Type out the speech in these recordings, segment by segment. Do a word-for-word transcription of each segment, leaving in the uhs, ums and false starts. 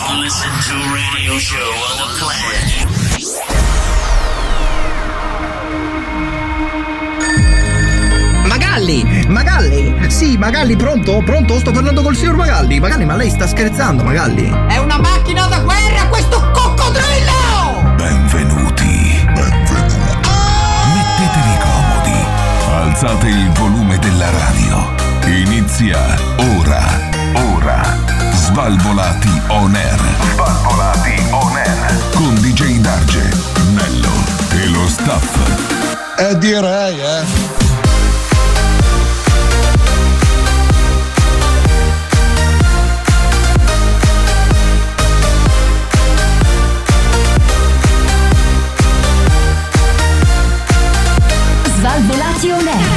Listen to radio show on the planet. Magalli, Magalli, sì, Magalli, pronto? Pronto? Sto parlando col signor Magalli. Magalli, ma lei sta scherzando, Magalli? È una macchina da guerra questo coccodrillo! Benvenuti, benvenuti. Mettetevi comodi, alzate il volume della radio. Inizia ora, ora. Svalvolati on air. Svalvolati on air. Con D J Darge, Nello e lo staff. Eh direi, eh. Svalvolati on air.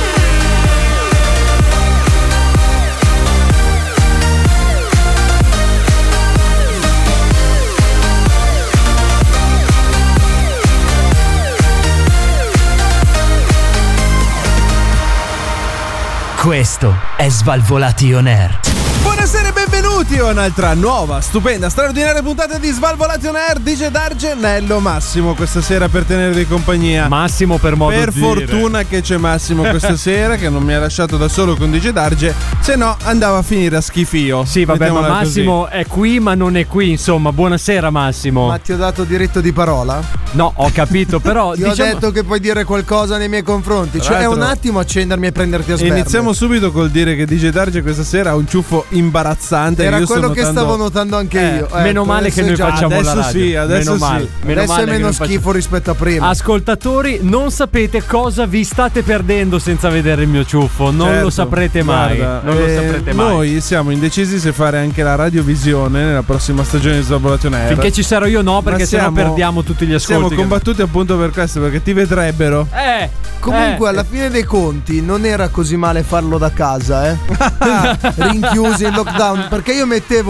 Questo è Svalvolati on air. Buonasera e benvenuti a un'altra nuova, stupenda, straordinaria puntata di Svalvolati on air. D J Darge, Nello, Massimo questa sera per tenervi compagnia. Massimo per modo Per di fortuna dire. che c'è Massimo questa sera, che non mi ha lasciato da solo con D J Darge, se no andava a finire a schifio. Sì, vabbè, ma Mettiamola Massimo così. è qui ma non è qui, insomma. Buonasera Massimo. Ma ti ho dato diritto di parola? No, ho capito, però Ti diciamo... ho detto che puoi dire qualcosa nei miei confronti. Cioè, è un attimo accendermi e prenderti a sberle. Iniziamo subito col dire che D J Darge questa sera ha un ciuffo imbarazzante. Era io quello sto che notando... stavo notando anche Eh, io. Meno Ecco, male che noi già- facciamo adesso la radio. sì, adesso meno sì. male. Meno Adesso male è che meno noi schifo facciamo- rispetto a prima. Ascoltatori, non sapete cosa vi state perdendo senza vedere il mio ciuffo. Non Certo, lo saprete mai. guarda, non lo eh, saprete mai. Noi siamo indecisi se fare anche la radiovisione nella prossima stagione di Svalvolati on air. Finché ci sarò io no, perché Ma sennò siamo- perdiamo tutti gli ascolti. Siamo che- combattuti appunto per questo, perché ti vedrebbero. Eh, Comunque, eh. alla fine dei conti, non era così male farlo da casa, eh. Rinchiusi in lockdown. Perché io mettevo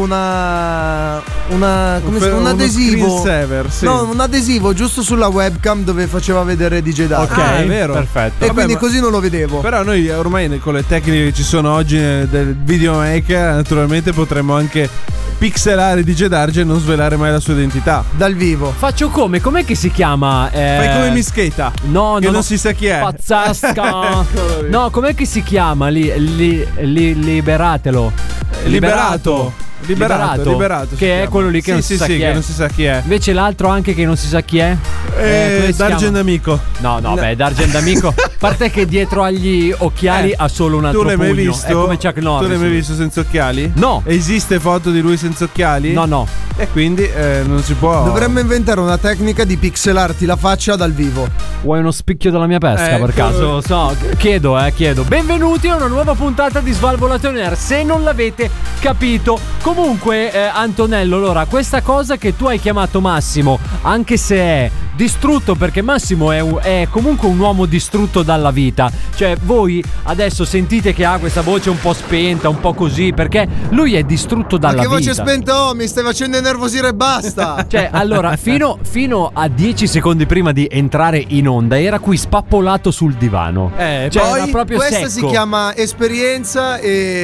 una. Una. Come si chiama? Un Uno adesivo. screensaver, sì. No, un adesivo giusto sulla webcam dove faceva vedere D J Darge. Ok, Ah, è vero. perfetto. E Vabbè, quindi ma- così non lo vedevo. Però noi ormai con le tecniche che ci sono oggi eh, del videomaker, naturalmente potremmo anche pixelare D J Darge e non svelare mai la sua identità. Dal vivo. Faccio come? Com'è che si chiama? Eh... Fai come Mischeta. No, che no, non no. si sa chi è. Pazzesca. Eccolo lì. No, com'è che si chiama? Li, li, li- liberatelo. Liberato. Liberato, liberato si Che è chiama. quello lì che sì, non sì, si sa sì, chi che è. non si sa chi è. Invece l'altro anche che non si sa chi è. Eh, come si Dargen chiama? Amico. No, no, beh, Dargen D'Amico. A parte che dietro agli occhiali Eh, ha solo un altro Tu l'hai mai pugno. visto? È come Chuck Norris. Tu l'hai mai visto senza occhiali? No. Esiste foto di lui senza occhiali? No, no. E quindi eh, non si può. Dovremmo inventare una tecnica di pixelarti la faccia dal vivo. Vuoi uno spicchio della mia pesca Eh, per caso? No, chiedo, eh, chiedo. Benvenuti a una nuova puntata di Svalvolati on air. Se non l'avete capito. Comunque, eh, Antonello, allora, questa cosa che tu hai chiamato Massimo, anche se è distrutto, perché Massimo è, un- è comunque un uomo distrutto dalla vita. Cioè, voi adesso sentite che ha questa voce un po' spenta, un po' così, perché lui è distrutto dalla Ma che vita. voce spenta, oh, mi stai facendo innervosire e basta. Cioè, allora, fino, fino a dieci secondi prima di entrare in onda era qui spappolato sul divano. Eh, Cioè, Poi era proprio questa secco. si chiama esperienza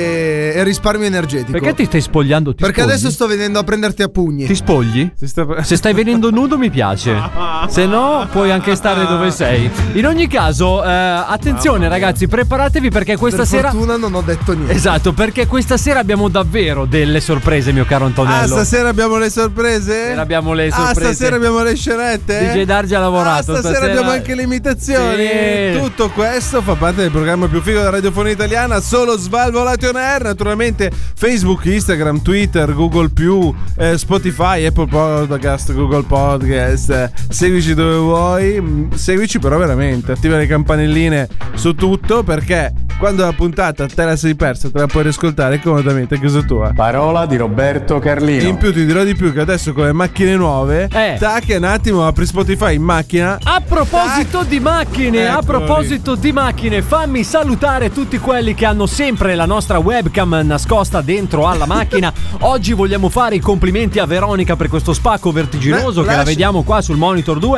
e, e risparmio energetico. Perché ti stai spogliando? Ti Perché spogli? adesso sto venendo a prenderti a pugni. Ti spogli? Si sta... Se stai venendo nudo mi piace. Se no puoi anche stare dove sei. In ogni caso, eh, attenzione ragazzi, preparatevi perché questa per sera... fortuna non ho detto niente. Esatto, perché questa sera abbiamo davvero delle sorprese, mio caro Ah, Antonello. stasera abbiamo le sorprese? Stasera abbiamo le Ah, sorprese. stasera abbiamo le scenette? D J Darge ha lavorato. Ah, stasera, abbiamo anche le imitazioni. Sì. Tutto questo fa parte del programma più figo della radiofonia italiana, solo Svalvolati on air. Naturalmente Facebook, Instagram, Twitter, Google più, eh, Spotify, Apple Podcast, Google Podcast. Eh, seguici dove vuoi. Mm, Seguici però veramente. Attiva le campanelline su tutto, perché quando la puntata te la sei persa, te la puoi riscoltare comodamente a casa tua. Parola di Roberto Carlino. In più ti dirò di più che adesso con le macchine nuove, Eh. tac, un attimo apri Spotify in macchina. A proposito Tac. di macchine, a Eccoli. proposito di macchine, fammi salutare tutti quelli che hanno sempre la nostra webcam nascosta dentro alla macchina. Oggi vogliamo fare i complimenti a Veronica per questo spacco vertiginoso Beh, che la lascia- vediamo qua sul monitor due.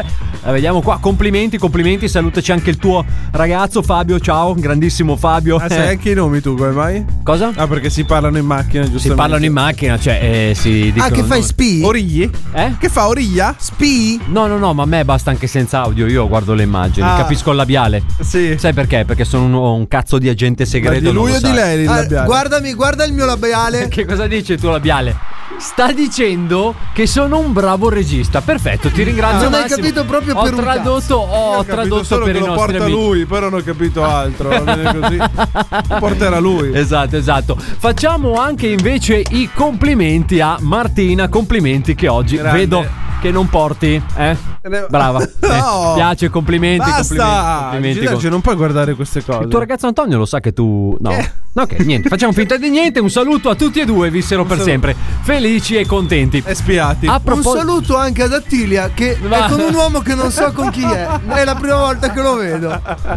La vediamo qua. Complimenti, complimenti. Salutaci anche il tuo ragazzo Fabio. Ciao, grandissimo Fabio. Ah, sai anche i nomi tu, come mai? Cosa? Ah, perché si parlano in macchina, giustamente. Si parlano in macchina, cioè eh, si dicono. Ah, che fai no. spi? Origli? Eh? Che fa Origlia? Spi? No, no, no, ma a me basta anche senza audio. Io guardo le immagini, Ah. capisco il labiale. Sì. Sai perché? Perché sono un, un cazzo di agente Ma segreto. di non lui lo o di sai. lei il Ah, labiale? guardami, guarda il mio labiale. Che cosa dice il tuo labiale? Sta dicendo che sono un bravo regista. Perfetto, ti ringrazio. Ah, non hai Massimo. capito proprio ho per un tradotto, cazzo. ho, Ho tradotto capito solo per che i lo nostri porta amici. lui, poi non ho capito altro. Va bene così. Lo porterà lui. Esatto, esatto. Facciamo anche invece i complimenti a Martina. Complimenti che oggi Grande. vedo che non porti, eh? Brava. No. Eh, piace, complimenti, Basta. complimenti, complimenti. Giorgio, non puoi guardare queste cose. Il tuo ragazzo Antonio lo sa che tu. No. Che? No, ok, niente. Facciamo finta di niente. Un saluto a tutti e due. Vissero per saluto. sempre felici e contenti. E spiati. A Un proposito. saluto anche ad Attilia, che Va. è con un uomo che non so con chi è. È la prima volta che lo vedo.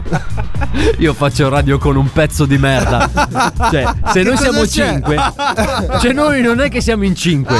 Io faccio radio con un pezzo di merda. Cioè, se Che noi cosa siamo c'è? cinque, cioè noi non è che siamo in cinque.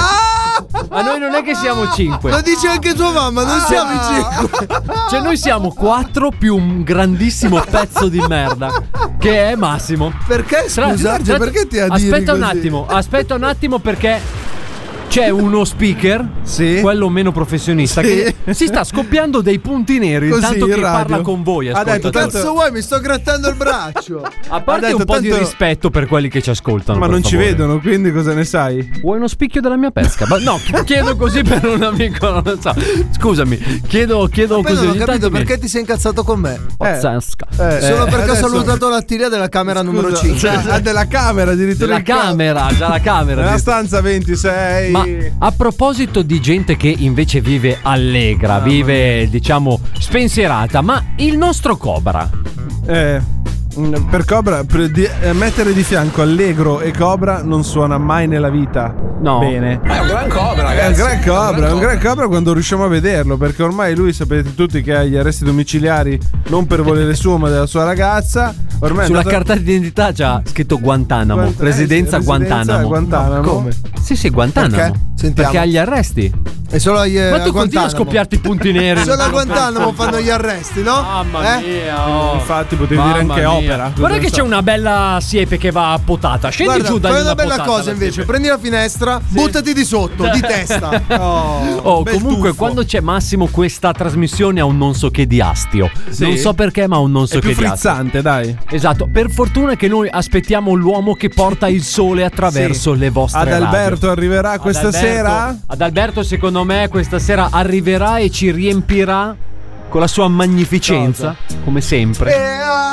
Ma noi non è che siamo cinque. Lo dice anche tua mamma, non siamo in cinque. Cioè noi siamo quattro più un grandissimo pezzo di merda che è Massimo. Perché Tra- scusa, tra- Giorgio, perché ti ha Aspetta un attimo, aspetta un attimo perché c'è uno speaker, Sì. quello meno professionista, Sì. che si sta scoppiando dei punti neri Così, intanto in che radio. parla con voi. Ha detto, ascoltatori. Cazzo vuoi? Mi sto grattando il braccio. A parte ha detto, un po' di tanto- rispetto per quelli che ci ascoltano. Ma per non ci favore. vedono, quindi cosa ne sai? Vuoi uno spicchio della mia pesca? Ma no, chiedo così per un amico, non lo so. Scusami, chiedo, chiedo Poi così. non ho ogni capito tanto mi- perché ti sei incazzato con me. Pazzesca. Eh, Solo eh, perché ho adesso- salutato l'Attilia della camera numero Scusa, cinque. Ah, della camera addirittura. La in camera. camera, già la camera. Nella addirittura. stanza ventisei. Ma a proposito di gente che invece vive allegra, vive diciamo spensierata, ma il nostro Cobra. Eh, mm, per Cobra, per di- eh, mettere di fianco Allegro e Cobra non suona mai nella vita. No. Bene. È un gran cobra, ragazzi. È un gran Cobra, è un gran Cobra quando riusciamo a vederlo, perché ormai lui sapete tutti che ha gli arresti domiciliari non per volere suo ma della sua ragazza. Ormai è Sulla andato- carta d'identità c'ha scritto Guantanamo, Guant- eh, residenza sì, Guantanamo. Guantanamo. No, come? Sì, sì, Guantanamo. Perché? Sentiamo. Perché ha gli arresti. E solo a, eh, Ma a tu continui a Guantanamo. scoppiarti i punti neri. Solo a non Guantanamo per- fanno gli arresti, no? Mamma Eh? mia, oh. Infatti potevi Mamma dire anche mia. opera. Guarda che Non so. c'è una bella siepe che va potata. Scendi Guarda, giù, dai fai una una bella potata cosa alla invece. siepe. Prendi la finestra, buttati di sotto, di testa. Oh, Oh, bel comunque, tuffo. quando c'è Massimo, questa trasmissione ha un non so che di astio. Sì. Non so perché, ma ha un non so È più che di astio. frizzante, dai. Esatto, per fortuna che noi aspettiamo l'uomo che porta il sole attraverso Sì. le vostre Ad Alberto radio. arriverà Ad questa Alberto- sera. Ad Alberto, secondo me, questa sera arriverà e ci riempirà con la sua magnificenza, come sempre. E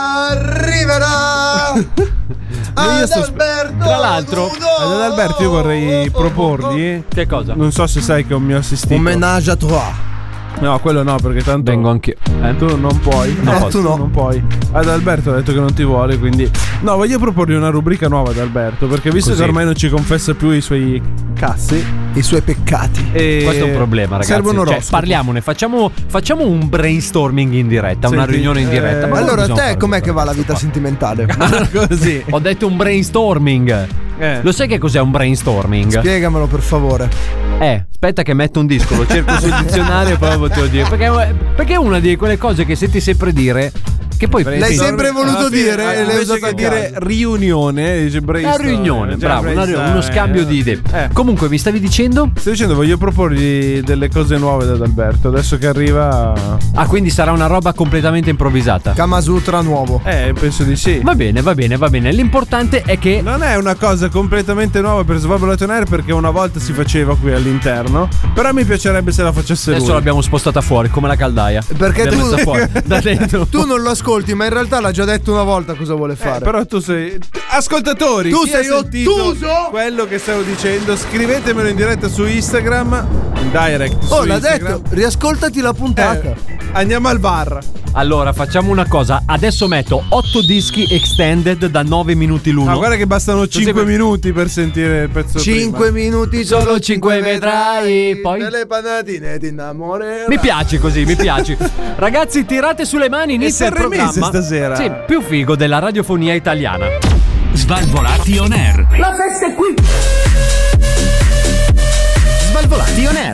arriverà ad sto- Alberto. Tra l'altro, nudo. Ad Alberto io vorrei proporgli. Che cosa? Non so se sai che è un mio assistito. Un menage à trois. No, quello no, perché tanto. Vengo anch'io. Eh? Tu non puoi. No, Eh, tu no. Non puoi. Ad Alberto ha detto che non ti vuole, quindi. No, voglio proporgli una rubrica nuova ad Alberto. Perché visto Così. che ormai non ci confessa più i suoi cazzi. I suoi peccati. E Questo è un problema, ragazzi. Servono Cioè, oroscopi. parliamone, facciamo, facciamo un brainstorming in diretta, una Senti, riunione in diretta. eh, Ma Allora, non te bisogna com'è fare che va la questa vita sentimentale? Ah, così. cosa. Ho detto un brainstorming. Eh. Lo sai che cos'è un brainstorming? Spiegamelo per favore. Eh, aspetta che metto un disco, lo cerco sul dizionario e poi lo te lo dico. Perché, perché è una di quelle cose che senti sempre dire che poi L'hai pensi- sempre voluto Alla fine, dire e l'hai invece usato che a dire caso. riunione, dice una brainstorm. riunione, Cioè, bravo, una riunione, brainstorm, uno scambio di idee. Eh. Comunque, mi stavi dicendo? Sto dicendo, voglio proporgli delle cose nuove ad Alberto. Adesso che arriva. Ah, quindi sarà una roba completamente improvvisata. Kama Sutra nuovo. Eh, penso di sì. Va bene, va bene, va bene. L'importante è che Non è una cosa completamente nuova per Svalvolato On Air, perché una volta si faceva qui all'interno. Però mi piacerebbe se la facesse adesso lui. l'abbiamo spostata fuori come la caldaia. Perché L'abbiamo tu- messa fuori da dentro. Tu non lo ascolti, ma in realtà l'ha già detto una volta cosa vuole Eh, fare. però tu sei. Ascoltatori, Tu chi sei ha sentito ottuso? quello che stavo dicendo? Scrivetemelo in diretta su Instagram. In direct. Oh, su l'ha Instagram. detto, riascoltati la puntata. Eh, andiamo al bar. Allora, facciamo una cosa. Adesso metto otto dischi extended da nove minuti l'uno. Ma guarda che bastano cinque sempre- minuti per sentire il pezzo. Cinque prima. minuti, Solo solo cinque cinque vedrai, poi- delle patatine ti innamorerai. Mi piace così, mi piace. Ragazzi, tirate sulle mani, inizia il Sanremese programma. stasera. Sì, più figo della radiofonia italiana. Svalvolati On Air. La festa è qui. Svalvolati On Air. Non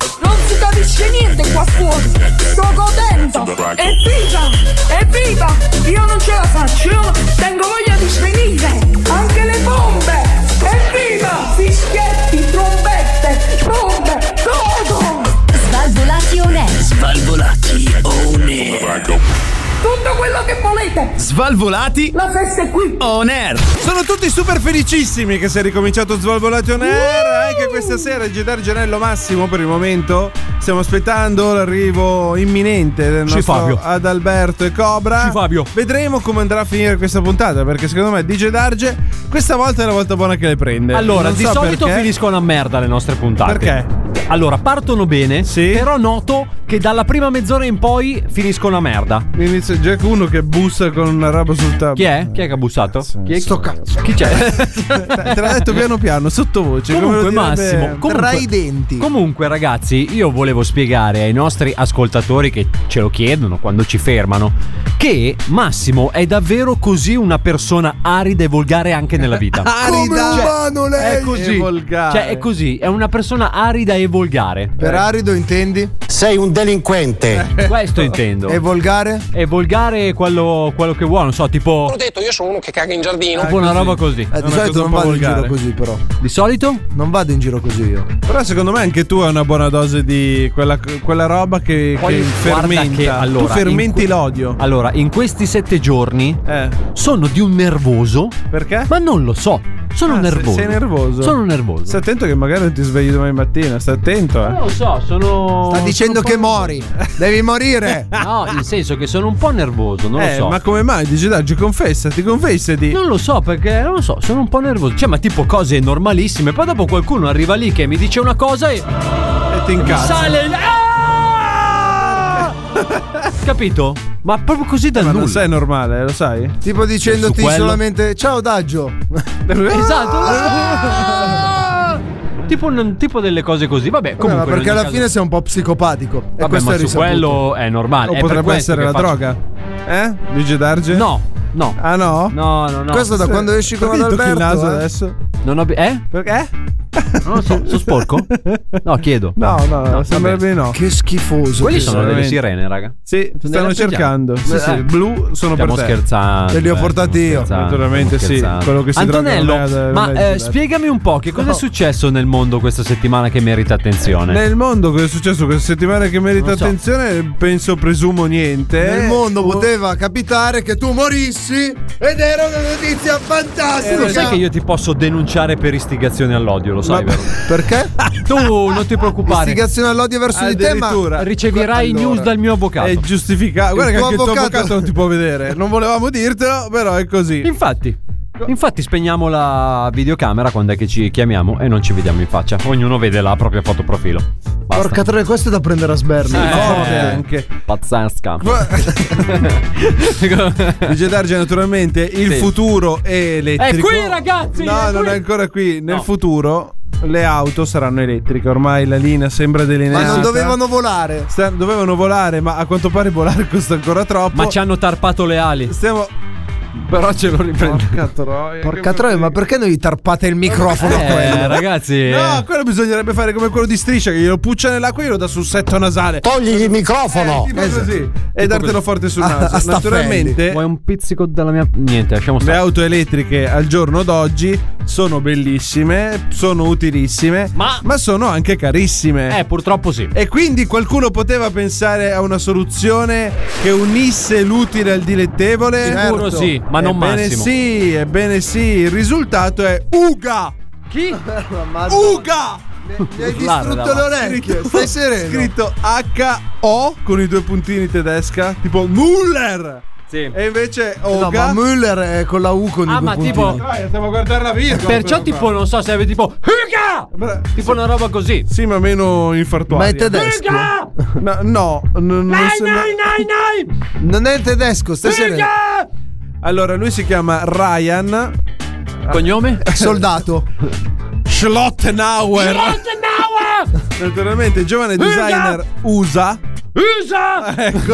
si capisce niente qua fuori. Sto godendo. Evviva! Evviva! Io non ce la faccio, io tengo voglia di svenire. Anche le bombe! Evviva! Fischietti, trombette, bombe, godo! Svalvolati on air. Svalvolati on air. Tutto quello che volete. Svalvolati. La festa è qui. On air. Sono tutti super felicissimi che sia ricominciato Svalvolati on air. Anche questa sera il Gedar Genello Massimo per il momento. Stiamo aspettando l'arrivo imminente del nostro Fabio. Adalberto e Cobra. Sì, Fabio. Vedremo come andrà a finire questa puntata, perché secondo me D J Darge questa volta è la volta buona che le prende. Allora, Non di so solito perché. finiscono a merda le nostre puntate. Perché? Allora, partono bene, Sì. però noto che dalla prima mezz'ora in poi finiscono a merda. Inizia già uno che bussa con una roba sul tavolo. Chi è? Chi è che ha bussato? Chi è? Sto cazzo. Chi c'è? Te l'ha detto piano piano, sottovoce. Comunque, come lo direbbe- Massimo, comunque- Tra i denti. Comunque, ragazzi, io volevo spiegare ai nostri ascoltatori che ce lo chiedono quando ci fermano che Massimo è davvero così una persona arida e volgare anche nella vita. Come umano lei? È così. E volgare. Cioè, è così, è una persona arida e volgare. Per arido intendi? Sei un delinquente. Questo intendo. E volgare? E volgare quello, quello che vuole, non so, tipo. Ho detto, io sono uno che caga in giardino. Tipo una roba così. Eh, di una solito cosa non un po' vado in volgare. giro così, però. Di solito? Non vado in giro così io. Però secondo me anche tu hai una buona dose di quella, quella roba che, Poi che guarda fermenta. che, allora, tu fermenti in que- l'odio. Allora, in questi sette giorni Eh, sono di un nervoso, perché? ma non lo so. Sono Ah, nervoso. sei nervoso? Sono nervoso. Stai attento che magari non ti svegli domani mattina. Stai attento, eh. Non lo so, sono. Sta dicendo sono che un po'- mori. Devi morire. No, nel senso che sono un po' nervoso, non eh, lo so. ma come mai? Dici, dai, confessati, confessati. Non lo so perché, non lo so, sono un po' nervoso. Cioè, ma tipo cose normalissime. Poi dopo qualcuno arriva lì che mi dice una cosa e. E ti mi incazzi. sale. Ah! Capito? Ma proprio così dal Ma nulla. non sei normale, lo sai? Tipo dicendoti Su quello- solamente ciao Daggio. Esatto. Ah! tipo, un, tipo delle cose così. Vabbè, Vabbè, comunque. ma perché in ogni alla caso- fine sei un po' psicopatico. E Vabbè, questo ma è su risaputo. quello è normale. O È per potrebbe questo essere che la faccio- droga. Eh? Dice Darge? No, no. Ah no? No, no, no. Questo da Se- quando esci con Perché ti tocchi il Adalberto, naso eh? adesso? Non ho. Eh? Perché? Non lo so, sono sporco? No, chiedo. No, no, No, sembrerebbe di no. Che schifoso. Quelli che sono sei. delle veramente. sirene, raga. Sì, Sono stanno delle cercando. Sì, Eh. sì, blu sono Stiamo per te. scherzando. Te li ho eh, portati stiamo io. scherzando, Naturalmente stiamo sì, scherzando. quello che si Antonello, droga non è- non ma è eh, Gillette. spiegami un po' che cosa No. è successo nel mondo questa settimana che merita attenzione. Nel mondo cosa è successo questa settimana che merita Non so. attenzione? Penso, presumo niente. Nel mondo Oh. poteva capitare che tu morissi ed era una notizia fantastica. Lo sai che io ti posso denunciare per istigazione all'odio, lo sai, Ma- vero? Perché? Tu non ti preoccupare. Istigazione all'odio verso di te, ma Addirittura. Riceverai Allora. news dal mio avvocato. È giustificato. Guarda che tuo anche il tuo avvocato- avvocato non ti può vedere. Non volevamo dirtelo, però è così. Infatti, infatti spegniamo la videocamera quando è che ci chiamiamo e non ci vediamo in faccia. Ognuno vede la propria foto profilo. Basta. porca troia, questo è da prendere a sberle. Eh, Forte eh. anche. Pazzesca. Dice Darge naturalmente il Sì. futuro è elettrico. È qui, ragazzi, No, è non qui. è ancora qui. Nel No. futuro le auto saranno elettriche. Ormai la linea sembra Ma delineata. non dovevano volare. Sta- dovevano volare, ma a quanto pare volare costa ancora troppo. Ma ci hanno tarpato le ali. Stiamo. Però ce lo riprendo. Porca troia. Porca che troia, ma perché non gli tarpate il microfono a Eh, quello? ragazzi. No, quello bisognerebbe fare come quello di Striscia, che glielo puccia nell'acqua e glielo dà sul setto nasale. Togli il microfono. Eh, tipo Esatto. così. E dartelo forte sul A- naso. a staffelli. Naturalmente Vuoi un pizzico della mia. Niente, lasciamo le stare. auto elettriche al giorno d'oggi sono bellissime, sono utilissime, Ma- sono anche carissime. Eh, purtroppo sì. E quindi qualcuno poteva pensare a una soluzione che unisse l'utile al dilettevole? Sicuro sì, ma non Ebbene Massimo. sì, ebbene sì, il risultato è Uga! Chi? Uga! Mi hai Urlare distrutto le davanti. orecchie. Stai sereno. Scritto H O con i due puntini tedesca, tipo Muller! Sì. E invece No, Oga. ma Müller è con la U con i Ah, due ma puntini. tipo. Dai, stiamo a guardare la virgola. Perciò però tipo, qua. non so se avete tipo. Huga! Bra- Tipo una roba così. Sì, ma meno infartuaria. Ma è tedesco. Huga! No, no, n- non Nai, sembra- nai, nai, nai! Non è il tedesco, stai sereno. Huga! Allora, lui si chiama Ryan Cognome? Soldato. Schlottenauer. Schlottenauer! Naturalmente, giovane designer U S A. Usa! Ecco,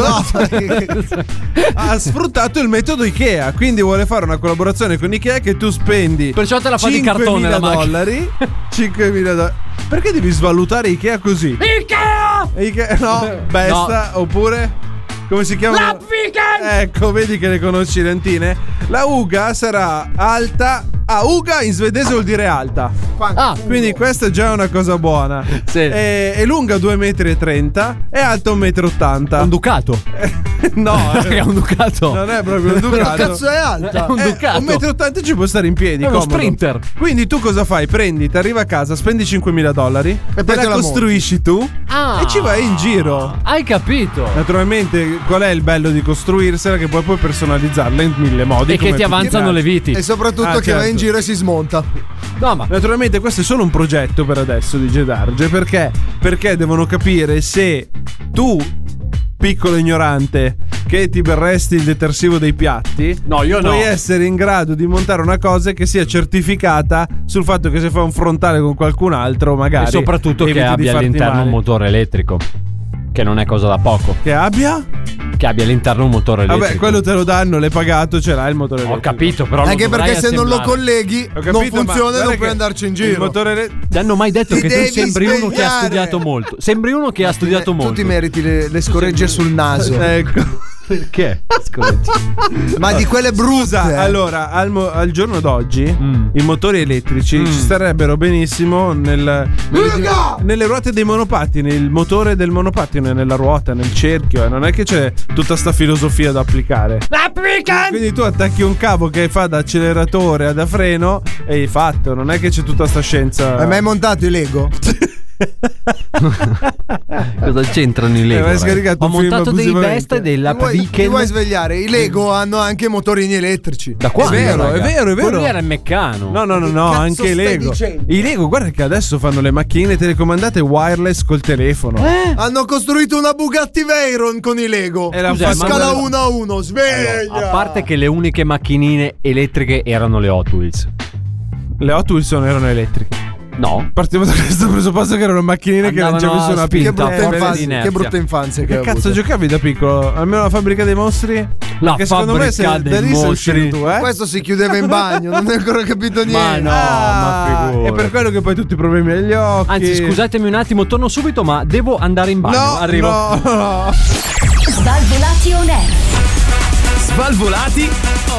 ha sfruttato il metodo Ikea. Quindi vuole fare una collaborazione con Ikea che tu spendi Perciò te la fa di cartone la cinquemila macchina. dollari. cinquemila dollari. Perché devi svalutare Ikea così? Ikea! Ica- no, Besta, no. Oppure come si chiama? Lapfiken! Ecco, vedi che le conosci lentine. La Uga sarà alta. Ah, Uga in svedese vuol dire alta. Ah, quindi questa è già una cosa buona. Sì. È, è lunga due metri e trenta, è alta un metro e ottanta. Un ducato. No, è un ducato. Non è proprio un ducato. Che cazzo è alta? È un ducato. un metro e ottanta ci può stare in piedi. È uno comodo. sprinter. Quindi tu cosa fai? Prendi, ti arriva a casa, spendi cinquemila dollari e poi te te la la costruisci tu Ah. e ci vai in giro. Hai capito? Naturalmente, qual è il bello di costruirsela? Che poi puoi personalizzarla in mille modi. E che ti avanzano le viti. E soprattutto Ah, che certo. va in giro e si smonta. No, ma Naturalmente questo è solo un progetto per adesso di Gedarge. Perché? Perché devono capire se tu, piccolo ignorante, che ti berresti il detersivo dei piatti, No, io no. puoi essere in grado di montare una cosa che sia certificata sul fatto che se fai un frontale con qualcun altro magari e soprattutto che eviti di abbia farti all'interno male. un motore elettrico. Che non è cosa da poco. Che abbia? Che abbia all'interno un motore elettrico. Vabbè, quello te lo danno, l'hai pagato, ce l'hai il motore Ho elettrico. capito, però Anche lo dovrai perché se non lo assemblare. colleghi Ho non capito, ma funziona e guarda non che puoi andarci in Il giro. motore ele- Ti hanno mai detto Ti che tu devi sembri uno che ha svegliare. studiato molto. Sembri uno che ha studiato molto. Tu ti meriti le, le scoregge sul naso. Ecco. Perché? Ma di quelle brutte. Scusa, allora, al, mo- al giorno d'oggi Mm. i motori elettrici ci starebbero benissimo nel, nelle, nelle ruote dei monopattini. Il motore del monopattino è nella ruota, nel cerchio. Eh. Non è che c'è tutta sta filosofia da applicare. Quindi tu attacchi un cavo che fa da acceleratore a da freno e hai fatto. Non è che c'è tutta sta scienza. Hai mai montato i Lego? Cosa c'entrano i Lego? Eh, hai ragazzi? scaricato Ho un film montato dei abusivamente. Vesta e dei Ti vuoi, ti Lapfiken. vuoi svegliare? I Lego hanno anche motorini elettrici. Da quando? È vero, raga? è vero, è vero. Quello lì era il meccano. No, no, no, no, cazzo anche i stai Lego. dicendo? I Lego, guarda che adesso fanno le macchinine telecomandate wireless col telefono. Eh? Hanno costruito una Bugatti Veyron con i Lego. E l'hanno Scusa, fatto- ma- Scala uno a uno, sveglia. A parte che le uniche macchinine elettriche erano le Hot Wheels. Le Hot Wheels erano elettriche. No. Partiamo da questo presupposto che erano macchinine che non ci Andavano avessero una a spinta, piccola. Che a brutta, forza infanzia, di inerzia. che brutta infanzia che Che hai cazzo avuto. giocavi da piccolo? Almeno la fabbrica dei mostri? La Perché secondo me fabbrica sei, dei da lì sei mostri. uscito tu, eh? Questo si chiudeva in bagno, non hai ancora capito niente. Ma no, Ah, ma figurati. è per quello che poi tutti i problemi agli occhi. Anzi, scusatemi un attimo, torno subito, ma devo andare in bagno. No, Arrivo. no, no. Svalvolati on air. Svalvolati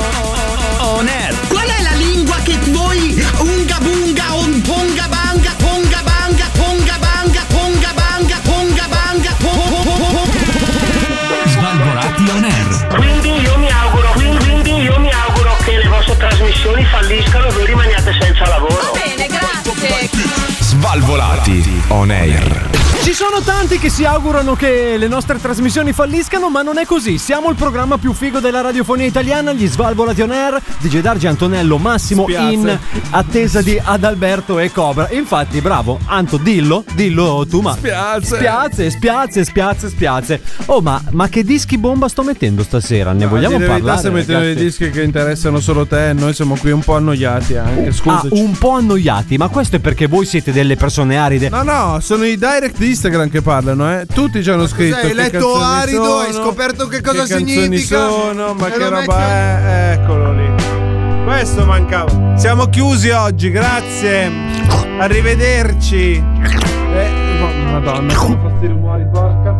on air. Qual è la lingua che voi unga bunga un ponga banga ponga banga ponga banga ponga banga ponga banga po- po- po- po- Svalvolati on air. Quindi io mi auguro, quindi, quindi io mi auguro che le vostre trasmissioni falliscano e voi rimaniate senza lavoro. Bene, grazie. Svalvolati on air. Ci sono tanti che si augurano che le nostre trasmissioni falliscano, ma non è così. Siamo il programma più figo della radiofonia italiana, gli Svalvolati on air, D J Dargi, Antonello, Massimo, Spiazze. in attesa di Adalberto e Cobra. Infatti, bravo, Anto, dillo, dillo tu, ma Spiazze. spiazze, spiazze, spiazze, spiazze. Oh, ma, ma che dischi bomba sto mettendo stasera? Ne vogliamo A dire la verità, parlare? stiamo mettendo dei ragazzi? dischi che interessano solo te. Noi siamo qui un po' annoiati anche. Ah, Scusaci. un po' annoiati, ma questo è perché voi siete delle persone aride. No, no, sono i direct di Instagram che parlano, eh. Tutti ci hanno scritto. Hai che letto canzoni arido, sono, hai scoperto che cosa che canzoni significa. sono, ma E che non è roba che- è. Eccolo lì. Questo mancava. Siamo chiusi oggi, grazie. Arrivederci. Eh, oh, Madonna, come fa sti rumori, porca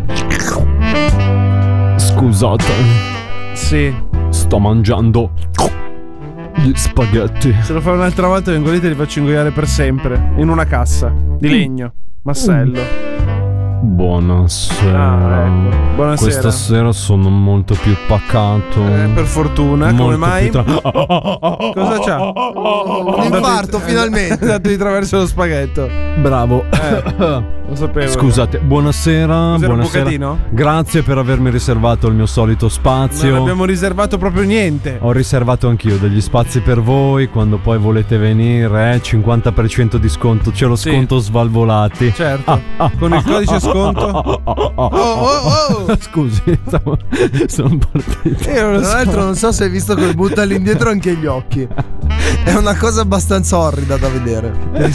troia. Scusate, Sì. sto mangiando gli spaghetti. Se lo fai un'altra volta vengo lì e te li faccio ingoiare per sempre. In una cassa di legno. Massello. Buonasera. Ah, ecco. Buonasera. Questa sera sono molto più pacato. Eh, per fortuna, come Molto mai? più tra- Cosa c'ha? Un infarto, finalmente. È andato di traverso lo spaghetto. Bravo. Eh, lo sapevo. Scusate, buonasera. Cos'era, un buonasera. bucatino? Grazie per avermi riservato il mio solito Non spazio. abbiamo riservato proprio niente. Ho riservato anch'io degli spazi per voi. Quando poi volete venire, eh, cinquanta per cento di sconto. C'è lo Sì. sconto Svalvolati. Certo. Con il codice sconto. Oh, oh, oh. Scusi, stavo- sono partito. Io non lo Tra so. l'altro non so se hai visto che butta all'indietro anche gli occhi. È una cosa abbastanza orrida da vedere.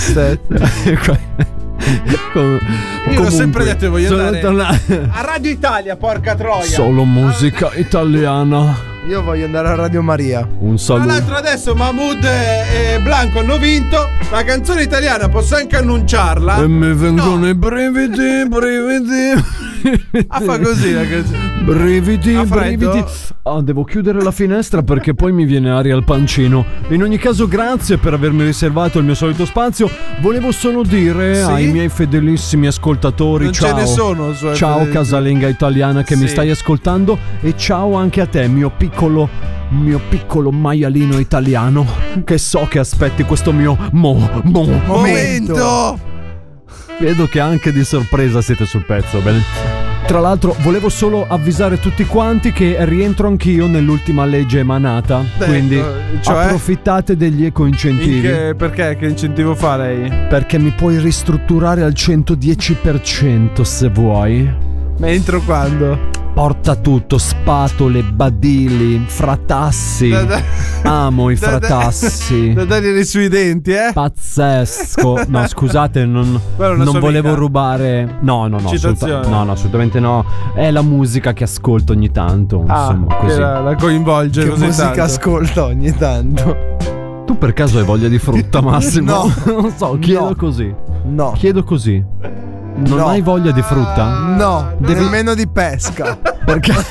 Com- Io l'ho sempre detto che voglio sono andare tornato- a Radio Italia, porca troia. Solo musica italiana. Io voglio andare a Radio Maria. Un Tra saluto. l'altro adesso Mahmood e Blanco hanno vinto la canzone italiana, posso anche annunciarla? E mi vengono i brividi, brividi. Ah, fa così la canzone. Brividi, Ha freddo? brividi. Ah, devo chiudere la finestra perché poi mi viene aria al pancino. In ogni caso, grazie per avermi riservato il mio solito spazio. Volevo solo dire Sì? ai miei fedelissimi ascoltatori: Non ciao. ce ne sono, suoi Ciao, fedeli- casalinga italiana che mi Sì. stai ascoltando. E ciao anche a te, mio piccolo. Mio piccolo maialino italiano. Che so che aspetti questo mio mo, mo, Momento! Vedo che anche di sorpresa siete sul pezzo, bene? Tra l'altro volevo solo avvisare tutti quanti che rientro anch'io nell'ultima legge emanata. Ecco, Quindi cioè? approfittate degli eco-incentivi. In che- perché? Che incentivo fa lei? Perché mi puoi ristrutturare al centodieci per cento se vuoi. Ma entro quando? Porta tutto, spatole, badili, fratassi. Da- da- Amo i da- da- fratassi. Da dargli sui denti, eh? Pazzesco. No, scusate, non, Quella è una non sua volevo amica. rubare. No, no, no, Citazione. assoluta- no, no, assolutamente no. È la musica che ascolto ogni tanto. Ah, Insomma, che così. la, la coinvolge Che così musica tanto. ascolta ogni tanto? Tu per caso hai voglia di frutta, Massimo? No. Non so, chiedo No. così. No. Chiedo così. Non No. hai voglia di frutta? No, Devi- nemmeno di pesca. Per, ca-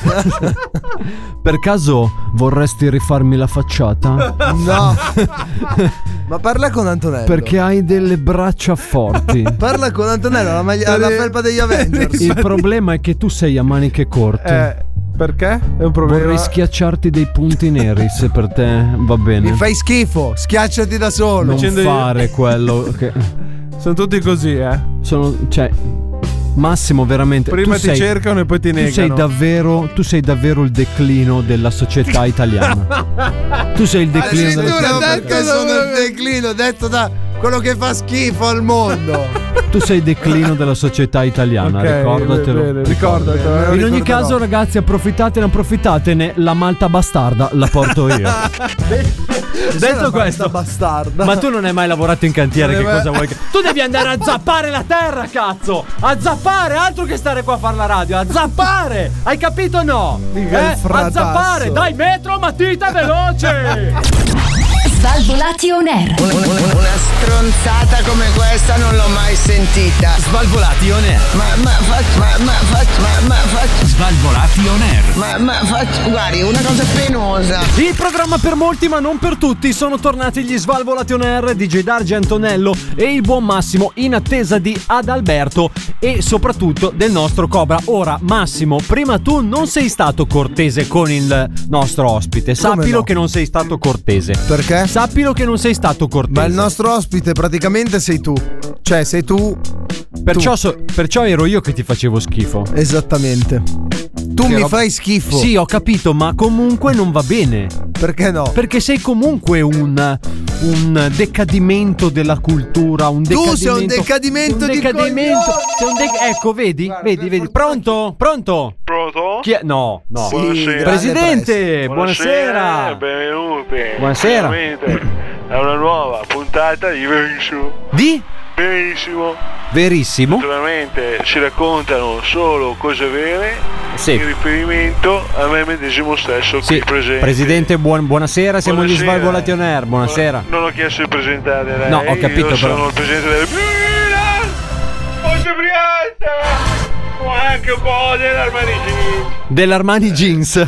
per caso vorresti rifarmi la facciata? No. Ma parla con Antonello. Perché hai delle braccia forti. Parla con Antonello, la, maglia- la felpa degli Avengers. Il problema è che tu sei a maniche corte. Eh, perché? È un problema. Vorrei schiacciarti dei punti neri se per te va bene. Mi fai schifo, schiacciati da solo. Non facendo io- fare quello che Sono tutti così, eh. sono, cioè Massimo, veramente Prima tu ti sei- cercano e poi ti tu negano. sei davvero tu sei davvero il declino della società italiana. Tu sei il declino della Addirittura Detto perché da- sono il declino, detto da quello che fa schifo al mondo. Tu sei il declino della società italiana, Ok, ricordatelo. bene, ricordatelo. Bene. eh, In ogni ricorderò. caso, ragazzi, approfittatene, approfittatene. La malta bastarda la porto io. Detto questo, bastarda. ma tu non hai mai lavorato in cantiere, Non che hai mai- cosa vuoi che... Tu devi andare a zappare la terra, cazzo! A zappare, altro che stare qua a fare la radio, a zappare! Hai capito o no? Mica il Eh? A fratasso. zappare, dai metro, matita veloce! Svalvolati on air. Una stronzata come questa non l'ho mai sentita. Svalvolati on air. Ma, ma, faccio, ma, ma, faccio, ma, ma, faccio, Svalvolati on air. ma, ma, faccio, guardi, una cosa penosa. Il programma per molti ma non per tutti. Sono tornati gli Svalvolati on air di J Dargi Antonello e il buon Massimo, in attesa di Adalberto e soprattutto del nostro Cobra. Ora Massimo, prima tu non sei stato cortese con il nostro ospite. Sappilo no? che non sei stato cortese. Perché? Sappilo che non sei stato cortese. Ma il nostro ospite praticamente sei tu. Cioè, sei tu. Perciò, so- perciò ero io che ti facevo schifo. Esattamente. Tu Che mi rob- fai schifo. Sì, ho capito, ma comunque non va bene. Perché no? Perché sei comunque un, un decadimento della cultura, un Tu decadimento. sei un decadimento un di decadimento. coglioni. Sei un de- ecco, vedi, vedi, vedi. Pronto? Pronto? Pronto? Chi è? No, no. Sì, Buonasera. Presidente, buonasera. Benvenuti. Buonasera. Finalmente è una nuova puntata di Benissimo. Di? Benissimo. Verissimo. Naturalmente ci raccontano solo cose vere Sì. in riferimento a me medesimo stesso qui Sì, presente. Presidente, buon- buonasera, siamo gli Buonasera. Svalvolati on air, buonasera. Non ho chiesto di presentare lei. No, ho capito, Io però. sono il presidente del Milan. Ponte Brianza. O anche un po' dell'Armani Jeans. Dell'Armani Jeans.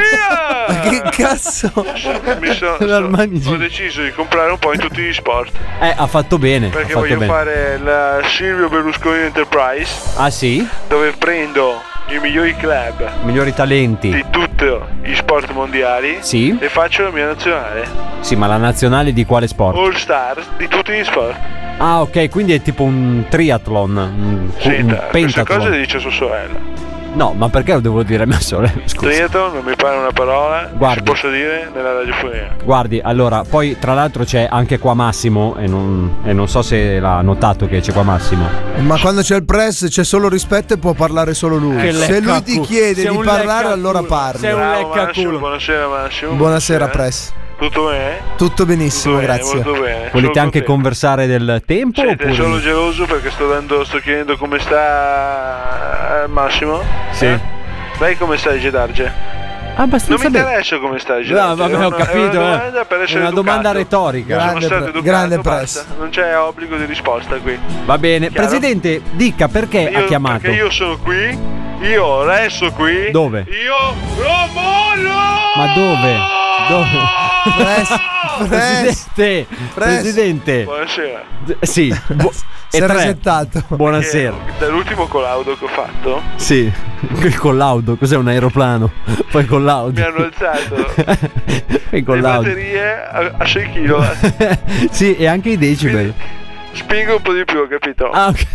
Via! Che cazzo? Mi so- L'Armani so- ho Jeans. deciso di comprare un po' in tutti gli sport Eh, ha fatto bene. perché ha fatto voglio bene. fare la Silvio Berlusconi Enterprise, Ah sì? dove prendo i migliori club Migliori talenti. di tutti gli sport mondiali Sì. e faccio la mia nazionale Sì, ma la nazionale di quale sport? All Stars di tutti gli sport. Ah, ok, quindi è tipo un triathlon, un, Sì, un queste pentathlon. cose le dice sua sorella. No, ma perché lo devo dire a mia sorella? Scusa. Triathlon non mi pare una parola Guardi. che si possa dire nella radiofonia. Guardi, allora, poi tra l'altro c'è anche qua Massimo e non, e non so se l'ha notato che c'è qua Massimo. Ma quando c'è il press c'è solo rispetto e può parlare solo lui. Che Se lui ti leccaculo. chiede Sei di un parlare, allora leccaculo. parli. Sei un Bravo, leccaculo. Massimo, buonasera Massimo. Buonasera, press. Tutto bene? Tutto benissimo, Tutto bene, grazie. molto bene. Volete Sono anche contento. conversare del tempo? Siete oppure... solo geloso perché sto dando, sto chiedendo come sta eh, Massimo? Sì. Eh? Lei come sta, Gedarge? Abbastanza Non mi bene. interessa come stai, No, Gerardo. vabbè, È ho una- capito. È una eh. domanda per È essere una domanda educato. retorica. Sono Grande stato pre- educato, grande basta. press. Non c'è obbligo di risposta qui. Va bene. Chiaro? Presidente, dica perché Io- ha chiamato. Perché io sono qui, io resto qui. Dove? Io lo voglio! Ma dove? Dove? Press, press. Presidente, Press. Presidente. Buonasera. D- Sì. Bu- Si e è tre. resettato. Buonasera. Eh, dall'ultimo collaudo che ho fatto Sì. Il collaudo, cos'è un aeroplano? Poi mi collaudo. hanno alzato Il le collaudo. batterie a, a sei chilowatt. Sì, e anche i decibel. Spingo un po' di più, capito? Ah, ok.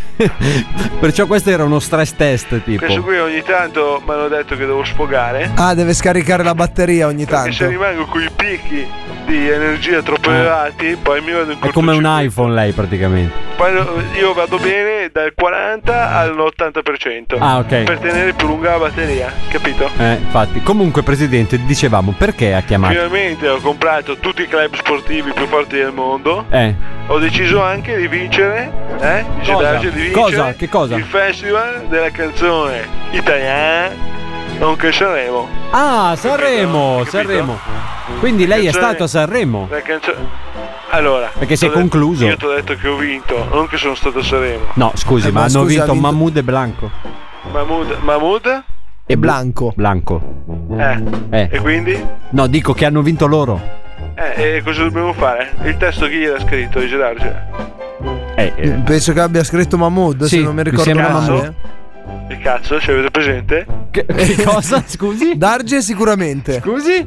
Perciò questo era uno stress test tipo. Questo qui ogni tanto mi hanno detto che devo sfogare. Ah, deve scaricare la batteria ogni Perché se tanto. rimango con i picchi di energia troppo Eh. elevati, poi mi vado in È come un cortocircuito. iPhone lei praticamente. Poi io vado bene dal quaranta all'ottanta per cento. Ah, ok. Per tenere più lunga la batteria, capito? Eh, infatti. Comunque, Presidente, dicevamo perché ha chiamato? Finalmente ho comprato tutti i club sportivi più forti del mondo. Eh. Ho deciso anche di vincere, eh? Dice Cosa? Darge, di vincere Cosa? Che cosa? il festival della canzone italiana, nonché Sanremo. Ah, Sanremo, Capito? Sanremo. Quindi lei è Canzone- stato a Sanremo? La canzone. Allora, Perché si è t'ho detto- concluso. Io ti ho detto che ho vinto, non che sono stato a Sanremo. No, scusi, Eh, ma ma hanno scusi, ha vinto vinto- Mahmood e Blanco. Mahmood, Mahmood? E Blanco. Blanco. Eh. Eh. E quindi? No, dico che hanno vinto loro. Eh, e cosa dobbiamo fare? Il testo chi gliel'ha scritto, dice Darge? Eh, eh. Penso che abbia scritto Mahmood, Sì, se non mi mi ricordo sembra male. Mahmood. Il cazzo, ci avete presente? Che, che cosa? Scusi? Darge sicuramente. Scusi?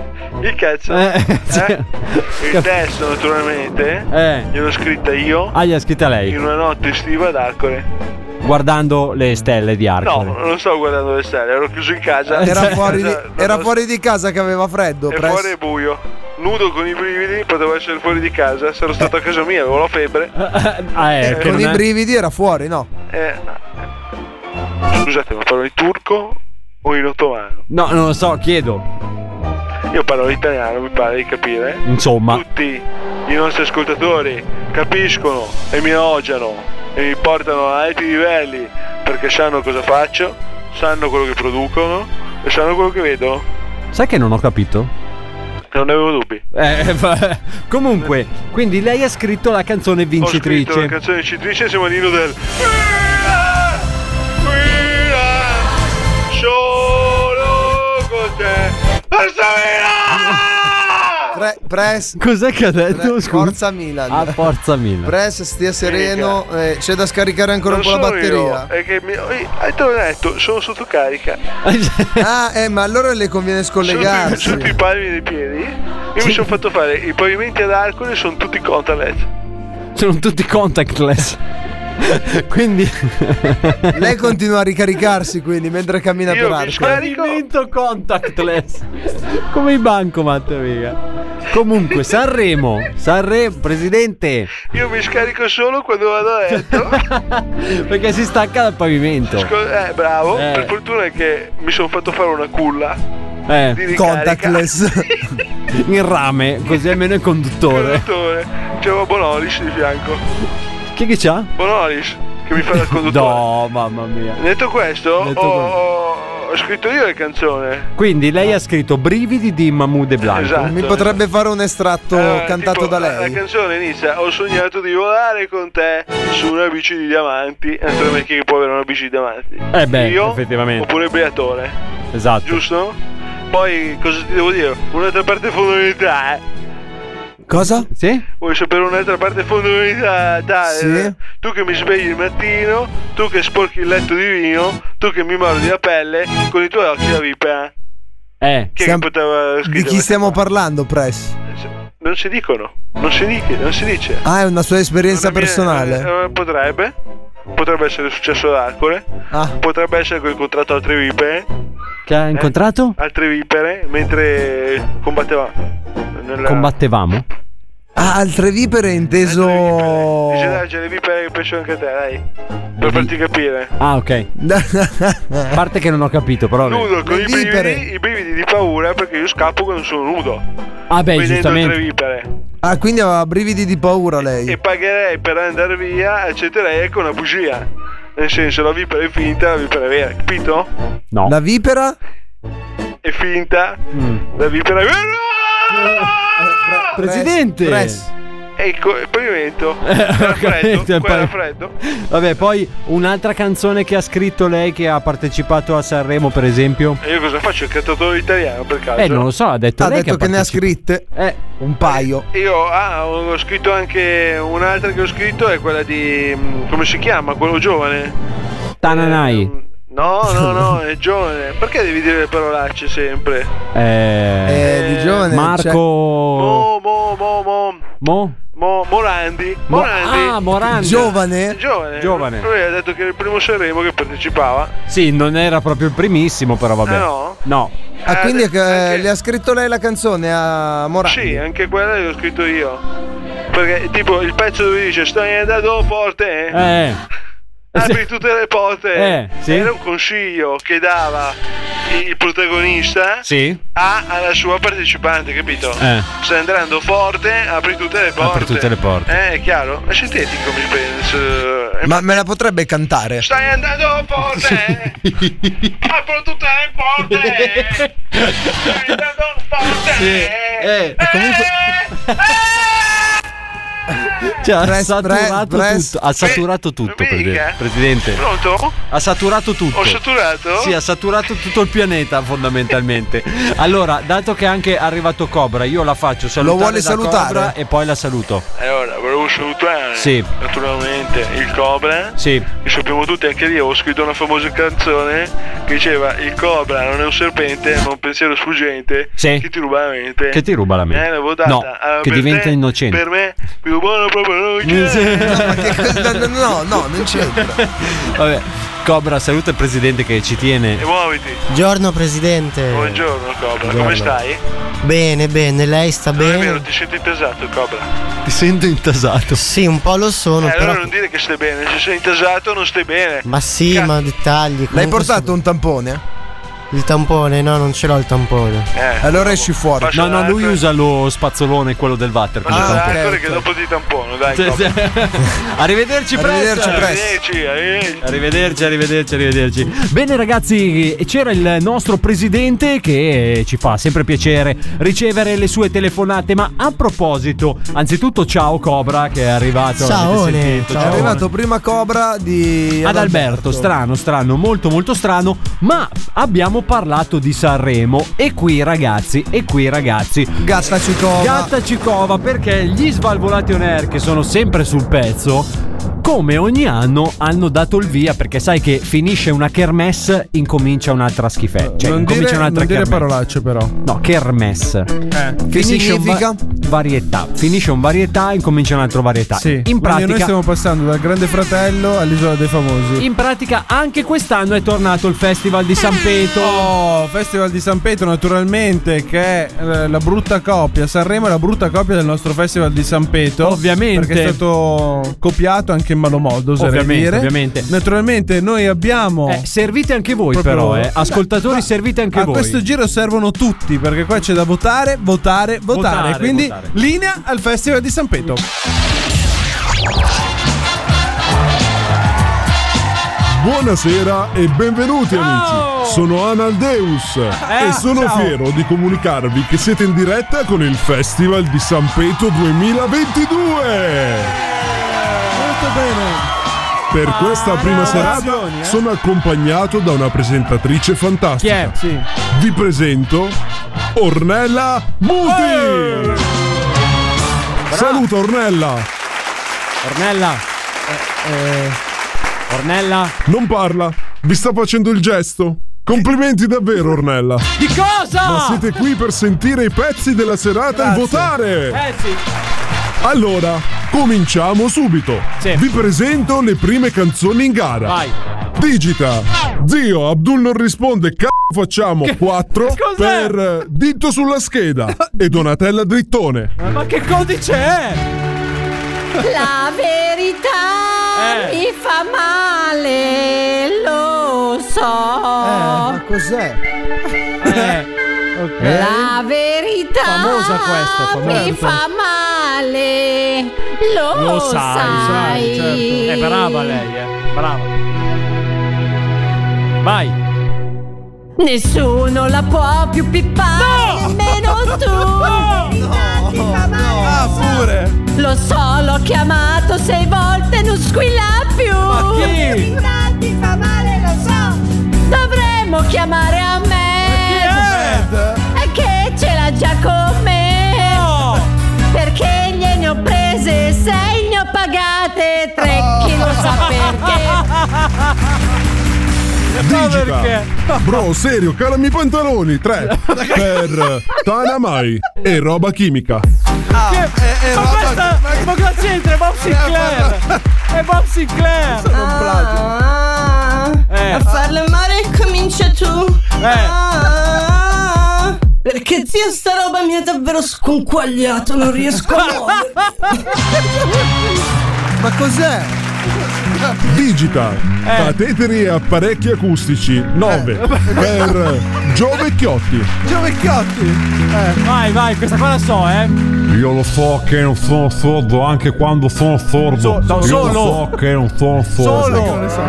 Il cazzo? Eh, sì. Eh? Il testo, naturalmente, Eh. gliel'ho scritta io Ah, gli ha scritta lei. in una notte estiva ad Arcore. Guardando le stelle di No, Arcore. non stavo guardando le stelle, ero chiuso in casa. Era In fuori, di, casa, era non- fuori di casa che aveva freddo. E Press. fuori è buio. Nudo con i brividi, potevo essere fuori di casa. Se ero stato a casa mia, avevo la febbre. Ah, eh, che Con non i è- brividi era fuori, no? Eh, scusate, ma parlo in turco o in ottomano? No, non lo so, chiedo. Io parlo in italiano, mi pare di capire. Insomma. Tutti i nostri ascoltatori capiscono e mi elogiano e mi portano a alti livelli perché sanno cosa faccio, sanno quello che producono e sanno quello che vedo. Sai che non ho capito? Non ne avevo dubbi. Eh, va- comunque, quindi lei ha scritto la canzone Ho scritto la vincitrice. canzone vincitrice, siamo all'inno del Guida, guida, solo con te. Forza Milan! Pre- press. Cos'è che ha detto? Pre- Scusa. Forza Milan. Ah, Forza Milan. Press, stia sereno. eh, c'è da scaricare ancora Non un po' la sono batteria. io, è che mi, eh, te l'ho detto, sono sotto carica. Ah, eh, ma allora le conviene Sotto, i- scollegarsi. sotto i palmi dei piedi. Io mi sono fatto fare i pavimenti ad Arcore, sono tutti contactless. Sono tutti contactless. Quindi Lei continua a ricaricarsi quindi mentre cammina Io per mi Arco. scarico. Pavimento contactless. Come i bancomat, amica. Comunque, Sanremo, Sanremo, presidente. Io mi scarico solo quando vado a letto. Perché si stacca dal pavimento. Sco- eh, bravo. Eh. Per fortuna che mi sono fatto fare una culla di Eh, ricarica. Contactless. in rame, così almeno è conduttore. Conduttore. C'era Bonolis di fianco. Chi che c'ha? Bonolis che mi fa da conduttore. No, mamma mia. Detto questo, Detto ho, questo. ho- ho scritto io la canzone. Quindi lei ha scritto Brividi di Mahmood e Blanco. Esatto. Mi potrebbe fare un estratto Allora, cantato tipo, da la- lei. La canzone inizia: ho sognato di volare con te su una bici di diamanti. Naturalmente chi può avere una bici di diamanti? Eh beh, Io effettivamente. oppure il Briatore, Esatto. giusto? Poi cosa ti devo dire? Un'altra parte fondamentale. Cosa? Sì? Vuoi sapere un'altra parte fondamentale? Sì. Tu che mi svegli il mattino, tu che sporchi il letto di vino, tu che mi mordi la pelle con i tuoi occhi da vipera. Eh. Chi Stiam- che poteva Di scrivere? chi stiamo questa parlando, Press? cosa? Non si dicono, non si dice, non si dice. Ah, è una sua esperienza Una mia- personale. eh, potrebbe. Potrebbe essere successo ad Arcore. Ah. Potrebbe essere che ho incontrato altre vipere. Che ha incontrato? Altre vipere mentre combattevamo. Nella... Combattevamo? Ah, altre vipere inteso. Dice dai, c'è le vipere che piacciono anche a te, dai. Per farti capire. Ah, ok. A parte che non ho capito, però. Nudo con Le i vipere. brividi, i brividi di paura perché io scappo quando sono nudo. Ah, beh, Vedendo altre giustamente. vipere. Ah, quindi aveva brividi di paura lei. E pagherei per andare via, accetterei con una bugia. Nel senso, la vipera è finta, la vipera è vera, capito? No. La vipera? è finta, Mm. la vipera. Presidente. Press. Ecco, il pavimento. Era freddo, qua era freddo. Vabbè, poi un'altra canzone che ha scritto lei che ha partecipato a Sanremo, per esempio. E io cosa faccio? Il cantautore italiano per caso? Eh, non lo so, ha detto Ha lei detto che, che, ne ha partecipa- scritte Eh, un paio. Io ah, ho scritto anche un'altra che ho scritto è quella di mm, come si chiama? Quello giovane? Tananai. No, no, no, è giovane. Perché devi dire le parolacce sempre? Eh, Eh, di giovane Marco. Mo, mo, mo, mo. Mo? Mo, Morandi. Mo- Morandi. ah, Morandi. Giovane? Giovane. Giovane. Lui ha detto che era il primo Sanremo che partecipava. Sì, non era proprio il primissimo, però vabbè. Eh, no? No. Ah, Eh, quindi anche- che, le ha scritto lei la canzone a Morandi? Sì, anche quella l'ho scritto io. Perché tipo il pezzo dove dice stai andando forte. Eh. Apri tutte le porte. Eh, sì. Era un consiglio che dava il protagonista Sì. a, alla sua partecipante, capito? Eh. Stai andando forte, apri tutte le porte. Apri tutte le porte. Eh, è chiaro? È sintetico, mi penso. Ma me la potrebbe cantare? Stai andando forte. Apro tutte le porte. Stai andando forte. Sì. Eh, comunque. Cioè, ha Press, saturato press, press. tutto. Ha saturato tutto, mi Presidente. dica. Presidente. Pronto? Ha saturato tutto. Ho saturato? Sì, ha saturato tutto il pianeta fondamentalmente. Allora, dato che è anche arrivato Cobra, io la faccio salutare. Lo vuole da salutare? Cobra e poi la saluto. Allora, volevo salutare Sì. naturalmente il Cobra. Sì. Che sappiamo tutti, anche lì avevo scritto una famosa canzone che diceva il Cobra non è un serpente ma un pensiero sfuggente Sì. che ti ruba la mente. Che ti ruba la mente. Eh, l'avevo data. No, Allora, che per diventa te, innocente. Per me più buono proprio non Sì. c'è. No, ma che cosa- no, no, non c'entra. Vabbè, Cobra, saluta il presidente che ci tiene. E muoviti. Buongiorno presidente. Buongiorno Cobra, Buongiorno. come stai? Bene, bene, lei sta Non è bene? vero, ti senti intasato Cobra. Ti sento intasato. Sì, un po' lo sono, Eh, però. allora non dire che stai bene, se sei intasato non stai bene. Ma sì, Ca- ma dettagli. L'hai comunque portato un tampone? Il tampone? No, non ce l'ho il tampone. Eh, Allora esci fuori. Passa No, no, lui l'acqua. usa lo spazzolone, quello del water. come Passa tampone. l'acqua ok, che ok. dopo ti tampono, dai Sì, Cobra. sì. Arrivederci presto. Arrivederci, presto. Arrivederci, arrivederci. Arrivederci, arrivederci, arrivederci. Bene ragazzi, c'era il nostro presidente che ci fa sempre piacere ricevere le sue telefonate. Ma a proposito, anzitutto ciao Cobra che è arrivato. Ciao, l'avete Ne, sentito? ciao. È arrivato prima Cobra di Ad Alberto, strano, strano, molto molto strano, ma abbiamo parlato di Sanremo e qui ragazzi, e qui ragazzi, Gatta Cicova. Gatta Cicova, perché gli Svalvolati On Air che sono sempre sul pezzo, come ogni anno hanno dato il via, perché sai che finisce una kermesse, incomincia un'altra schifezza. Cioè, non incomincia dire, un'altra non dire kermesse. parolacce però. No, kermesse. Eh. Che Finisce un significa? va- varietà. Finisce un varietà, incomincia un altro varietà. Sì. In Quindi pratica noi stiamo passando dal Grande Fratello all'Isola dei Famosi. In pratica anche quest'anno è tornato il Festival di San Peto. Oh, Festival di San Pietro naturalmente, che è eh, la brutta copia. Sanremo è la brutta copia del nostro Festival di San Pietro. Ovviamente. Perché è stato copiato anche in malo modo, oserei Ovviamente, dire. ovviamente. Naturalmente noi abbiamo Eh, servite anche voi proprio- però, eh. Ascoltatori, Ma- servite anche a voi. questo giro servono tutti, perché qua c'è da votare, votare, votare. Votare, Quindi votare. linea al Festival di San Pietro. Buonasera e benvenuti Ciao! amici, sono Analdeus Eh, e sono ciao. fiero di comunicarvi che siete in diretta con il Festival di San Peto duemilaventidue. Molto bene. Per questa prima serata ovazioni, eh. sono accompagnato da una presentatrice Chi fantastica. è? Sì. Vi presento Ornella Muti. Saluta Ornella. Ornella. Eh, Ornella. Non parla, vi sta facendo il gesto. Complimenti davvero Ornella. Di cosa? Ma siete qui per sentire i pezzi della serata Grazie. e votare. Eh sì. Allora, cominciamo subito. Sì. Vi presento le prime canzoni in gara. Vai. Digita. Zio, Abdul non risponde. C***o facciamo quattro cos'è? per eh, dito sulla scheda e Donatella drittone. Ma che codice è? La verità Eh. mi fa male, lo so. Eh, ma cos'è? Eh. ok. La verità Famosa questa, famosa. mi fa male, lo, Lo sai, sai. certo. È brava lei, eh. Brava. Vai. Nessuno la può più pippare, nemmeno tu. No, no, ah, pure. Lo so, l'ho chiamato sei volte, non squilla più. Ma chi? Ti fa male, lo so. Dovremmo chiamare a me. È che ce l'ha già con me. No. Perché gliene ho prese sei, ne ho pagate tre. Chi lo sa perché? Digita. Bro, serio, calami i pantaloni. Tre per Tanamai e roba chimica. Ah, Che- è, è ma roba- questa, ma cosa c'entra? È Bob Sinclair. È Bob Sinclair. Sono un plagio. Ah, Eh. a farle male comincia tu. Ah, perché zia sta roba mi ha davvero sconquagliato, non riesco a muovere. Ma cos'è? Digita. Cateteri e apparecchi acustici. nove per Gio Vecchiotti. Gio Vecchiotti. Vai, vai, questa qua la so, eh. Io lo so che non sono sordo anche quando sono sordo. So- da Io solo. lo so che non sono sordo. Solo. Non ne so.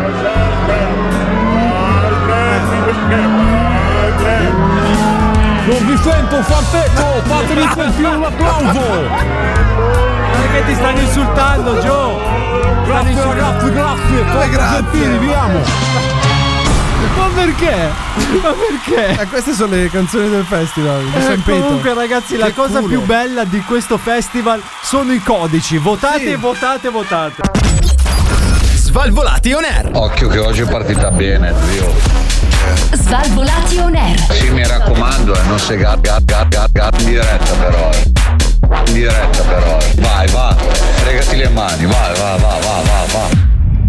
Non vi sento, fate... No, fatemi sentire un applauso. Perché ti stanno insultando, Joe. Grazie ragazzi, grazie. Troppo grazie. gentili, vi amo. Ma perché? Ma perché? Eh, queste sono le canzoni del festival di Eh, San Pietro. comunque ragazzi, la Che cosa culo. più bella di questo festival sono i codici. Votate, Sì. votate, votate. Svalvolati on air. Occhio che oggi è partita bene, zio. Svalvolati on air. Sì, mi raccomando, eh, non sei gat, gat, gat, gat, gat in diretta però. eh. In diretta però. eh. Vai, va, fregati le mani, vai, va, va, va, va, va.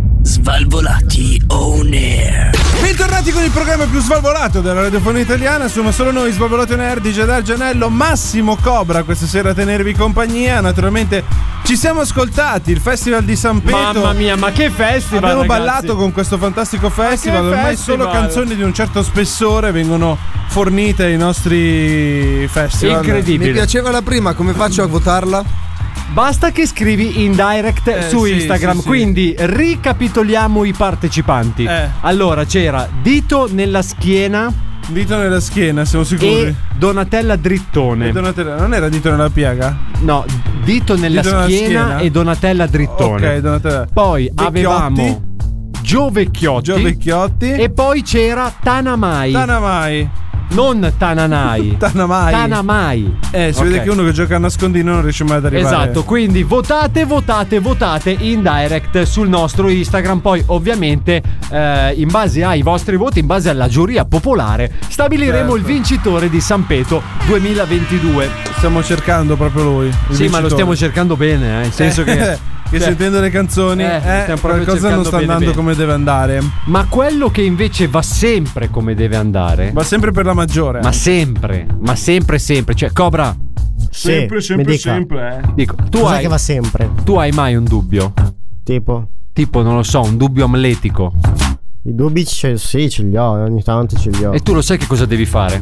Svalvolati on air. Bentornati con il programma più svalvolato della radiofonia italiana. Siamo solo noi, Svalvolati on air, D J Dal Gianello, Massimo Cobra questa sera a tenervi compagnia. Naturalmente ci siamo ascoltati il festival di San Pietro. Mamma mia, ma che festival! Abbiamo ragazzi. ballato con questo fantastico festival. Ma che Ormai festival? solo canzoni di un certo spessore vengono fornite ai nostri festival. Incredibile. Mi piaceva la prima, come faccio a votarla? Basta che scrivi in direct Eh, su sì, Instagram. sì, sì. Quindi ricapitoliamo i partecipanti. Eh. Allora c'era Dito nella schiena Dito nella schiena, siamo sicuri? e Donatella Drittone. E Donatella, non era dito nella piaga? No, Dito nella Dito nella schiena, schiena? e Donatella Drittone. Ok, Donatella. Poi Vecchiotti. avevamo Gio Vecchiotti. Gio Vecchiotti. E poi c'era Tanamai. Tanamai. Non Tananai. Tanamai. Tanamai. Eh, si Ok. vede che uno che gioca a nascondino non riesce mai ad arrivare. Esatto, quindi votate, votate, votate in direct sul nostro Instagram. Poi ovviamente eh, in base ai vostri voti, in base alla giuria popolare, stabiliremo Certo. il vincitore di San Peto duemilaventidue. Stiamo cercando proprio lui. il Sì, ma lo vincitore. stiamo cercando bene, eh, nel senso che... Che cioè, sentendo le canzoni, eh, eh, stiamo proprio qualcosa non cercando sta bene, andando bene. come deve andare. Ma quello che invece va sempre come deve andare, Va sempre per la maggiore. ma sempre, ma sempre, sempre, cioè Cobra, sempre, Sì, sempre, mi dica. sempre. Eh. dico, tu Cos'è hai, che va sempre? tu hai mai un dubbio? Tipo, Tipo, non lo so, un dubbio amletico. i dubbi ce- sì, ce li ho, ogni tanto ce li ho. E tu lo sai che cosa devi fare?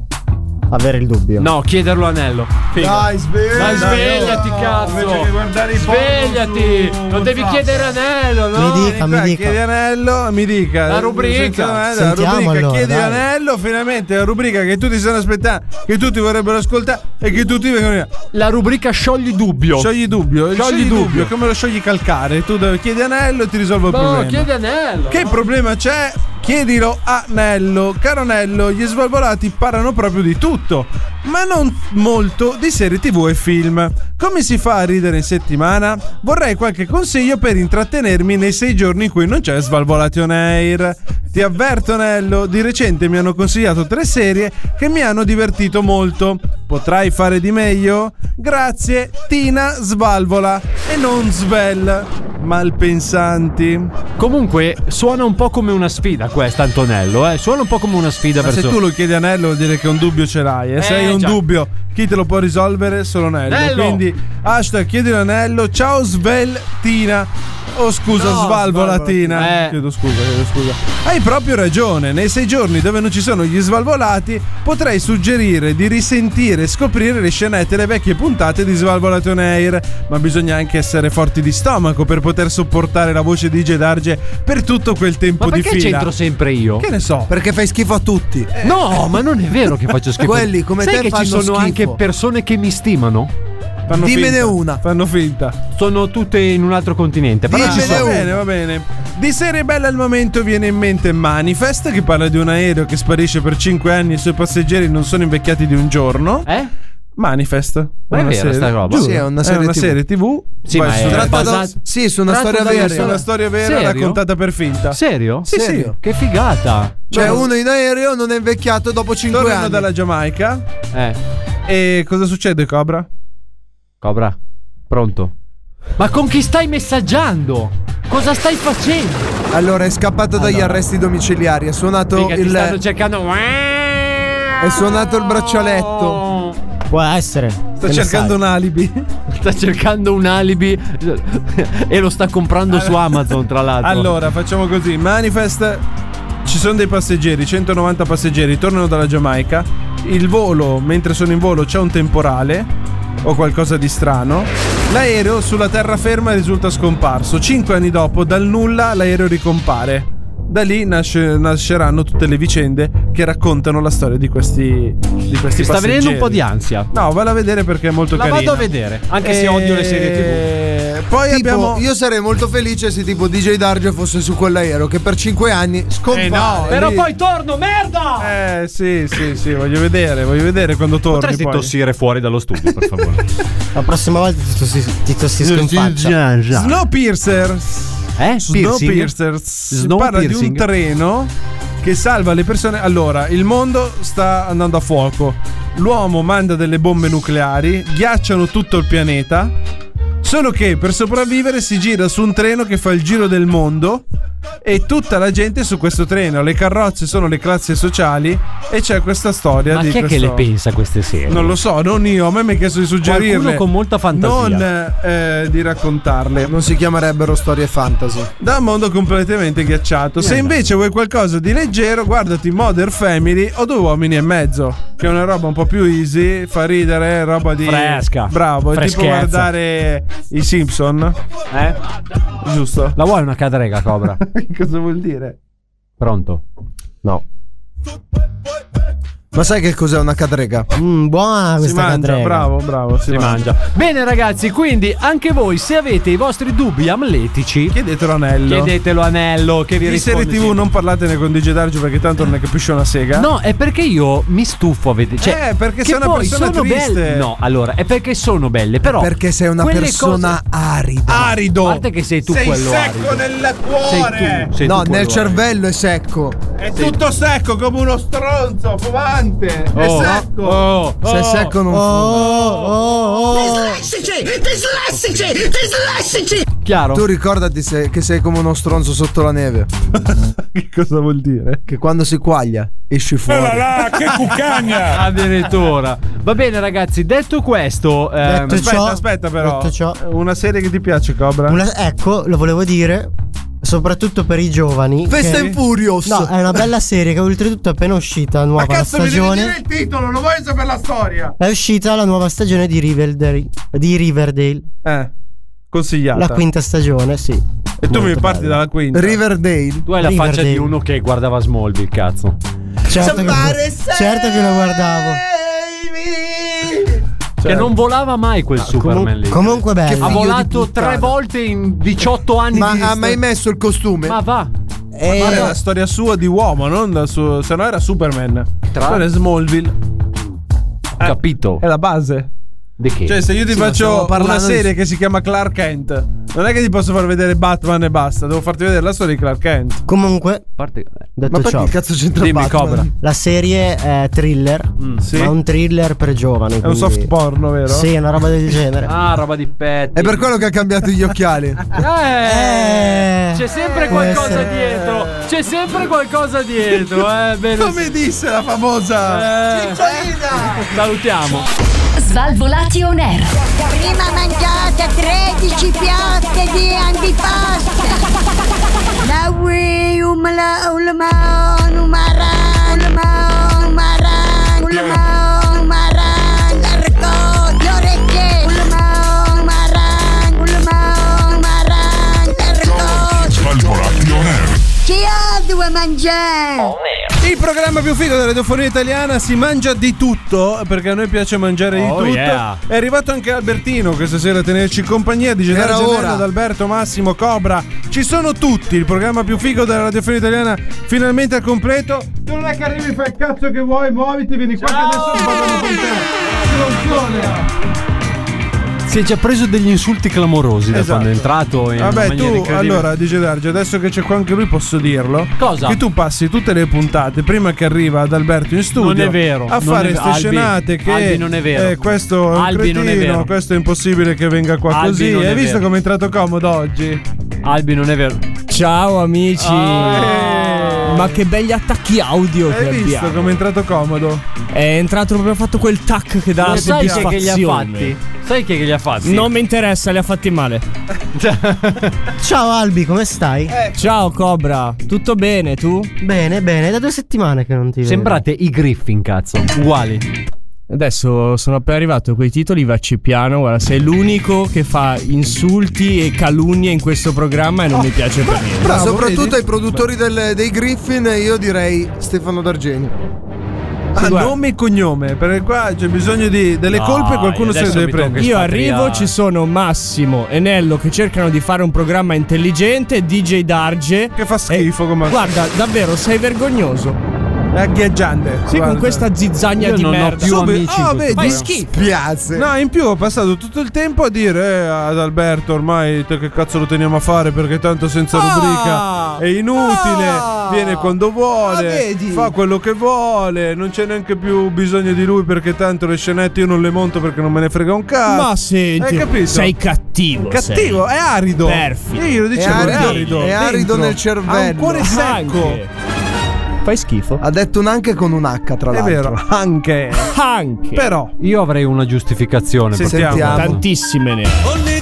Avere il dubbio. No, chiederlo a Anello. Figa. Dai, sveglia. Dai, svegliati, Invece cazzo. che guardare i porno Svegliati. su- Lo devi su- chiedere a Anello, no? Mi dica, mi Qua, dica. chiedi anello, mi dica La rubrica. senza domanda, Sentiamo la rubrica allora, chiedi dai. anello, finalmente la rubrica che tutti stanno aspettando, che tutti vorrebbero ascoltare e che tutti vengono. La rubrica sciogli dubbio. Sciogli dubbio, il Sciogli sciogli dubbio. dubbio, come lo sciogli calcare, tu dove chiedi anello e ti risolvo il No, problema. chiedi a Anello. Che no? problema c'è? Chiedilo a Nello. Caro Nello, gli svalvolati parlano proprio di tutto, ma non molto di serie tv e film. Come si fa a ridere in settimana? Vorrei qualche consiglio per intrattenermi nei sei giorni in cui non c'è Svalvolati on air. Ti avverto Nello, di recente mi hanno consigliato tre serie che mi hanno divertito molto. Potrai fare di meglio? Grazie, Tina Svalvola e non Svel. Malpensanti. Comunque suona un po' come una sfida questa, Antonello, eh? Suona un po' come una sfida Ma verso... se tu lo chiedi a Nello vuol dire che un dubbio ce l'hai. E se Eh, hai un già. dubbio, chi te lo può risolvere? Solo Nello. Nello! Quindi hashtag chiedilo a Nello. Ciao Sveltina. Oh scusa, No, svalvolatina. svalvolatina. Eh. Chiedo scusa, chiedo scusa. Hai proprio ragione. Nei sei giorni dove non ci sono gli svalvolati, potrei suggerire di risentire e scoprire le scenette e le vecchie puntate di Svalvolation Air. Ma bisogna anche essere forti di stomaco per poter sopportare la voce di J Darge per tutto quel tempo Ma di perché fila. c'entro sempre io? Che ne so? Perché fai schifo a tutti. No, ma non è vero che faccio schifo. Quelli come Sai te che fanno ci sono schifo. anche persone che mi stimano? Fanno Dimmene finta. una. Fanno finta. Sono tutte in un altro continente. Però ci Dimmene sono. Va bene, va bene. Di serie bella al momento viene in mente Manifest, che parla di un aereo che sparisce per cinque anni e i suoi passeggeri non sono invecchiati di un giorno. Eh? Manifest. Ma è vera sta roba? Giuro, Sì, è una serie è una tivù. serie tivù. Sì, Vai ma su- è Tratta da- basata- sì, su una tratta storia da vera. È una storia vera Serio? raccontata per finta. Serio? Sì, Serio? sì. Che figata. Cioè, uno in aereo non è invecchiato dopo cinque Tornano anni. dalla Giamaica. Eh, E cosa succede, Cobra? Cobra, pronto? Ma con chi stai messaggiando? Cosa stai facendo? Allora, è scappato dagli Allora. arresti domiciliari. È suonato Mica ti il. stanno cercando. È suonato il braccialetto. Può essere. Sta cercando un alibi. Sta cercando un alibi e lo sta comprando su Amazon, tra l'altro. Allora, facciamo così. Manifest. Ci sono dei passeggeri, centonovanta passeggeri, tornano dalla Giamaica. Il volo, mentre sono in volo, c'è un temporale o qualcosa di strano. L'aereo sulla terraferma risulta scomparso. Cinque anni dopo, dal nulla, l'aereo ricompare. Da lì nasce- nasceranno tutte le vicende che raccontano la storia di questi di questi Ti sta passeggeri. venendo un po' di ansia. No, vado a vedere perché è molto La carina. vado a vedere, anche se odio le serie tivù. Poi Tipo, abbiamo io sarei molto felice se tipo D J Darge fosse su quell'aereo che per cinque anni scompare. Eh no, Però lì- poi torno, merda! Eh sì, sì, sì, voglio vedere, voglio vedere quando torni. Potresti poi. tossire fuori dallo studio, per favore. La prossima volta ti, tossi- ti tossisco in faccia. Snowpiercer. Eh? Snowpiercer. Snow Parla di un piercing? treno che salva le persone. Allora, il mondo sta andando a fuoco. L'uomo manda delle bombe nucleari, ghiacciano tutto il pianeta. Solo che per sopravvivere si gira su un treno che fa il giro del mondo e tutta la gente su questo treno. Le carrozze sono le classi sociali e c'è questa storia Ma di chi è questo... che le pensa a queste serie? Non lo so, non io. A me mi ha chiesto di suggerirle. Qualcuno con molta fantasia. Non eh, di raccontarle. Non si chiamerebbero storie fantasy. Da un mondo completamente ghiacciato. Se invece vuoi qualcosa di leggero, guardati Modern Family o Due uomini e mezzo, che è una roba un po' più easy, fa ridere, roba di Fresca. Bravo, è tipo Freschezza. guardare i Simpson. Eh? Giusto? La vuoi una cadrega, Cobra? Cosa vuol dire? Pronto? No. Ma sai che cos'è una cadrega? Mm, buona Si questa mangia, cadrega. bravo, bravo, si, Si mangia. Bene ragazzi, quindi anche voi se avete i vostri dubbi amletici, Chiedetelo Anello. chiedetelo a Anello che vi Di risponde. serie tivù non parlatene con D J Darge perché tanto non ne capisce una sega. No, è perché io mi stufo a vedere. Cioè, Eh, perché che sei una poi persona sono triste. belle. No, allora, è perché sono belle, però. Perché sei una quelle persona arida. Arido. A parte che sei tu Sei quello secco arido. nel Sei cuore. tu, sei No, tu nel quello cervello è secco. È tutto secco come uno stronzo fumante. È Oh, secco. Oh, Se è oh. secco non Oh, fuma. oh, oh. Dislessici! Dislessici! Dislessici! Chiaro? Tu ricordati se- che sei come uno stronzo sotto la neve. Che cosa vuol dire? Che quando si quaglia esci fuori. che cuccagna! Addirittura. Va bene, ragazzi, detto questo, ehm, Detto Aspetta, ciò- aspetta però. detto ciò- Una serie che ti piace, Cobra? Una- ecco, lo volevo dire. Soprattutto per i giovani. Fast che- and Furious. No, è una bella serie che oltretutto è appena uscita, nuova Ma la cazzo mi devi dire stagione. il titolo, non voglio sapere la storia. È uscita la nuova stagione di Riverdale. Di Riverdale. Eh, consigliata. La quinta stagione, sì. E tu mi Molto parti bella. dalla quinta. Riverdale. tu hai la faccia Riverdale. di uno che guardava Smallville, cazzo. Certo che, certo che lo guardavo. Che non volava mai quel Superman lì. Comunque bello. Ha figlio di volato puttana. tre volte in diciotto anni Ma di ha mai messo il costume? Ma va. Eh, Ma è la storia sua di uomo, non da suo. Se no era Superman. Tra- Quello è Smallville. Ho capito. È la base. Di che? Cioè, se io ti Sì, ma faccio stiamo una parlando di- serie che si chiama Clark Kent, non è che ti posso far vedere Batman e basta, devo farti vedere la storia di Clark Kent. Comunque, A parte- detto Ma perché ciò, il cazzo c'entra Dimmi, Batman? Cobra. la serie è thriller, Sì. ma è un thriller per giovani. È un quindi- soft porno, vero? Sì, è una roba del genere. Ah, roba di petti. È per quello che ha cambiato gli occhiali. Eh, Eh, c'è sempre può qualcosa essere. dietro. C'è sempre qualcosa dietro, eh. Bene. Come disse la famosa Eh, salutiamo. Svalvolati on air. Prima mangiate mangia tredici piatte di antipasta. La ui umla ulma umaran ulma umaran ulma umaran l'arco le orecchie ulma umaran ulma umaran l'arco. Svalvolati on air. Chi ha due mangiare? Il programma più figo della radiofonia italiana, si mangia di tutto, perché a noi piace mangiare di Oh, tutto. yeah. È arrivato anche Albertino questa sera a tenerci compagnia, di Gennaro Era Giannello, ora. Adalberto, Massimo, Cobra. Ci sono tutti, il programma più figo della radiofonia italiana finalmente al completo. Tu non è che arrivi, fai il cazzo che vuoi, muoviti, vieni qua che adesso parliamo con te. Stronzone. Si è già preso degli insulti clamorosi da Esatto. quando è entrato. In Vabbè, maniera tu incredibile. allora dice Darge, adesso che c'è qua anche lui posso dirlo. Cosa? Che tu passi tutte le puntate prima che arriva Adalberto in studio. Non è vero, A non fare è- queste Albi, scenate che Albi, non è vero. eh, questo è un Albi, non è cretino, vero. questo è impossibile che venga qua Albi, così. non è Hai visto vero. come è entrato comodo oggi? Albi, non è vero. Ciao amici. Ah, Ma che belli attacchi audio che Hai visto abbiamo. come è entrato comodo? È entrato proprio, ha fatto quel tac che dà Lo la sai chi è che li ha soddisfazione. fatti? Sai chi è che li ha fatti? Non mi interessa, li ha fatti male. Ciao Albi, come stai? Ciao Cobra, tutto bene tu? Bene, bene, è da due settimane che non ti vedo. Sembrate i Griffin, cazzo. Uguali. Adesso sono appena arrivato con i titoli vaccipiano. Guarda, sei l'unico che fa insulti e calunnie in questo programma e non mi piace per niente. Ma soprattutto vedi? ai produttori del- dei Griffin io direi Stefano D'Argenio. Ah, guarda. nome e cognome, perché qua c'è bisogno di delle No, colpe, qualcuno se le adesso deve mi tocca prendere. Io Espatria- arrivo, ci sono Massimo e Nello che cercano di fare un programma intelligente, D J Darge Che fa schifo come Guarda, davvero, sei vergognoso. è agghiaggiante. Sì, guarda. con questa zizzagna Io di non ho merda. più Subito- amici in ah, questo vedi? Fai programma. schifo. Piazze. No, in più ho passato tutto il tempo a dire eh, ad Alberto, ormai te che cazzo lo teniamo a fare, perché tanto senza Ah! rubrica è inutile, Ah! viene quando vuole, Ah, vedi? fa quello che vuole, non c'è neanche più bisogno di lui perché tanto le scenette io non le monto perché non me ne frega un cazzo. Ma senti, Hai capito? sei cattivo. Cattivo, sei. è arido. Perfido. Io lo dicevo, è arido, arido. è arido dentro. nel Ha un cervello. cuore secco. Anche. Fai schifo. Ha detto un anche con un H, tra È l'altro. vero, anche. Anche. Però Io avrei una giustificazione. Sì, per sentiamo. questo. Tantissime ne.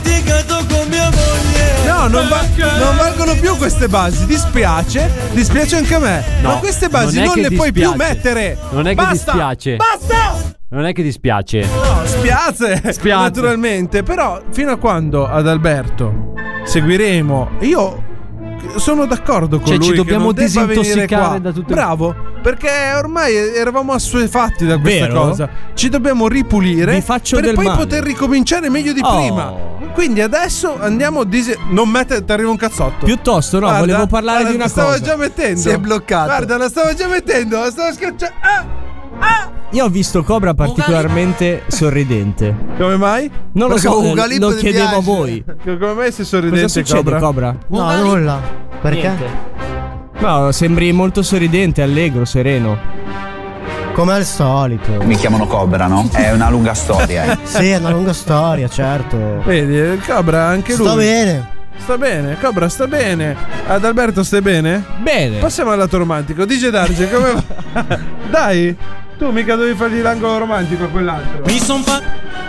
no, non, va- non valgono più queste basi. Dispiace, dispiace anche a me. No, Ma queste basi non è non, che le puoi più dispiace. mettere. Non è che Basta, dispiace. Basta! Non è che dispiace. No, spiace, Spiace. naturalmente. Però fino a quando ad Alberto seguiremo, io sono d'accordo con Cioè, lui ci che dobbiamo non debba venire disintossicare qua. da tutte- Bravo, perché ormai eravamo assuefatti da questa Vero? cosa. Ci dobbiamo ripulire Vi faccio per del poi male. poter ricominciare meglio di Oh. prima. Quindi adesso andiamo a dis- non mette, ti arriva un cazzotto. Piuttosto, no, Guarda, volevo parlare guarda, di una la stavo cosa. già mettendo. Si è bloccato. Guarda, la stavo già mettendo, la stavo schiacciando. Ah! Ah! Io ho visto Cobra particolarmente sorridente. Come mai? Non lo Perché so, Uga eh, Lip lo gli chiedevo a piace. voi. Come mai sei Cosa sorridente, succede, Cobra? Cobra? No, nulla. Perché? Niente. No, sembri molto sorridente, allegro, sereno. Come al solito. Mi chiamano Cobra, no? È una lunga storia, eh. Sì, è una lunga storia, certo. Vedi, il Cobra anche lui. Sto bene. Sta bene, Cobra sta bene. Ad Alberto stai bene? Bene. Passiamo al lato romantico. D J Darge, come va? Dai, tu mica dovevi fargli l'angolo romantico a quell'altro. Mi son fa...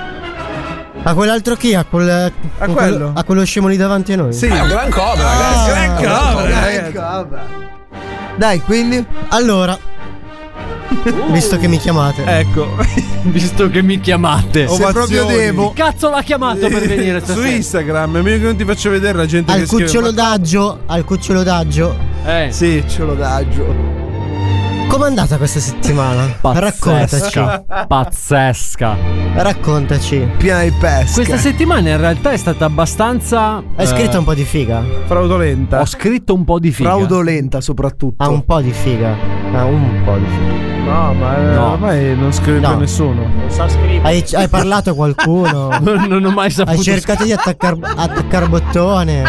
A quell'altro chi? A quel. A quello- quello? A quello scemo lì davanti a noi? Sì. È un gran Cobra, Ah, ragazzi. gran Cobra, ragazzi. Cobra. Dai, quindi. Allora. Visto che mi chiamate. Ecco. Visto che mi chiamate. Se proprio devo. Cazzo l'ha chiamato per venire Su stasera. Instagram, è meglio che non ti faccio vedere la gente Al che scrive. cucciolo d'aggio. Al cucciolo d'aggio. Eh. Sì. Cucciolo d'aggio. Com'è andata questa settimana? Raccontaci. Pazzesca. Pazzesca. Raccontaci. Piena di pesca. Questa settimana in realtà è stata abbastanza. Hai scritto un po' di figa? Fraudolenta. Ho scritto un po' di figa. Fraudolenta soprattutto. Ah, un po' di figa. Ah, un po' di figa. No, ma eh, No. ormai non scrive No. più nessuno. Non sa scrivere. Hai, hai parlato a qualcuno? Non, non ho mai saputo. Hai cercato di attaccar, attaccare bottone?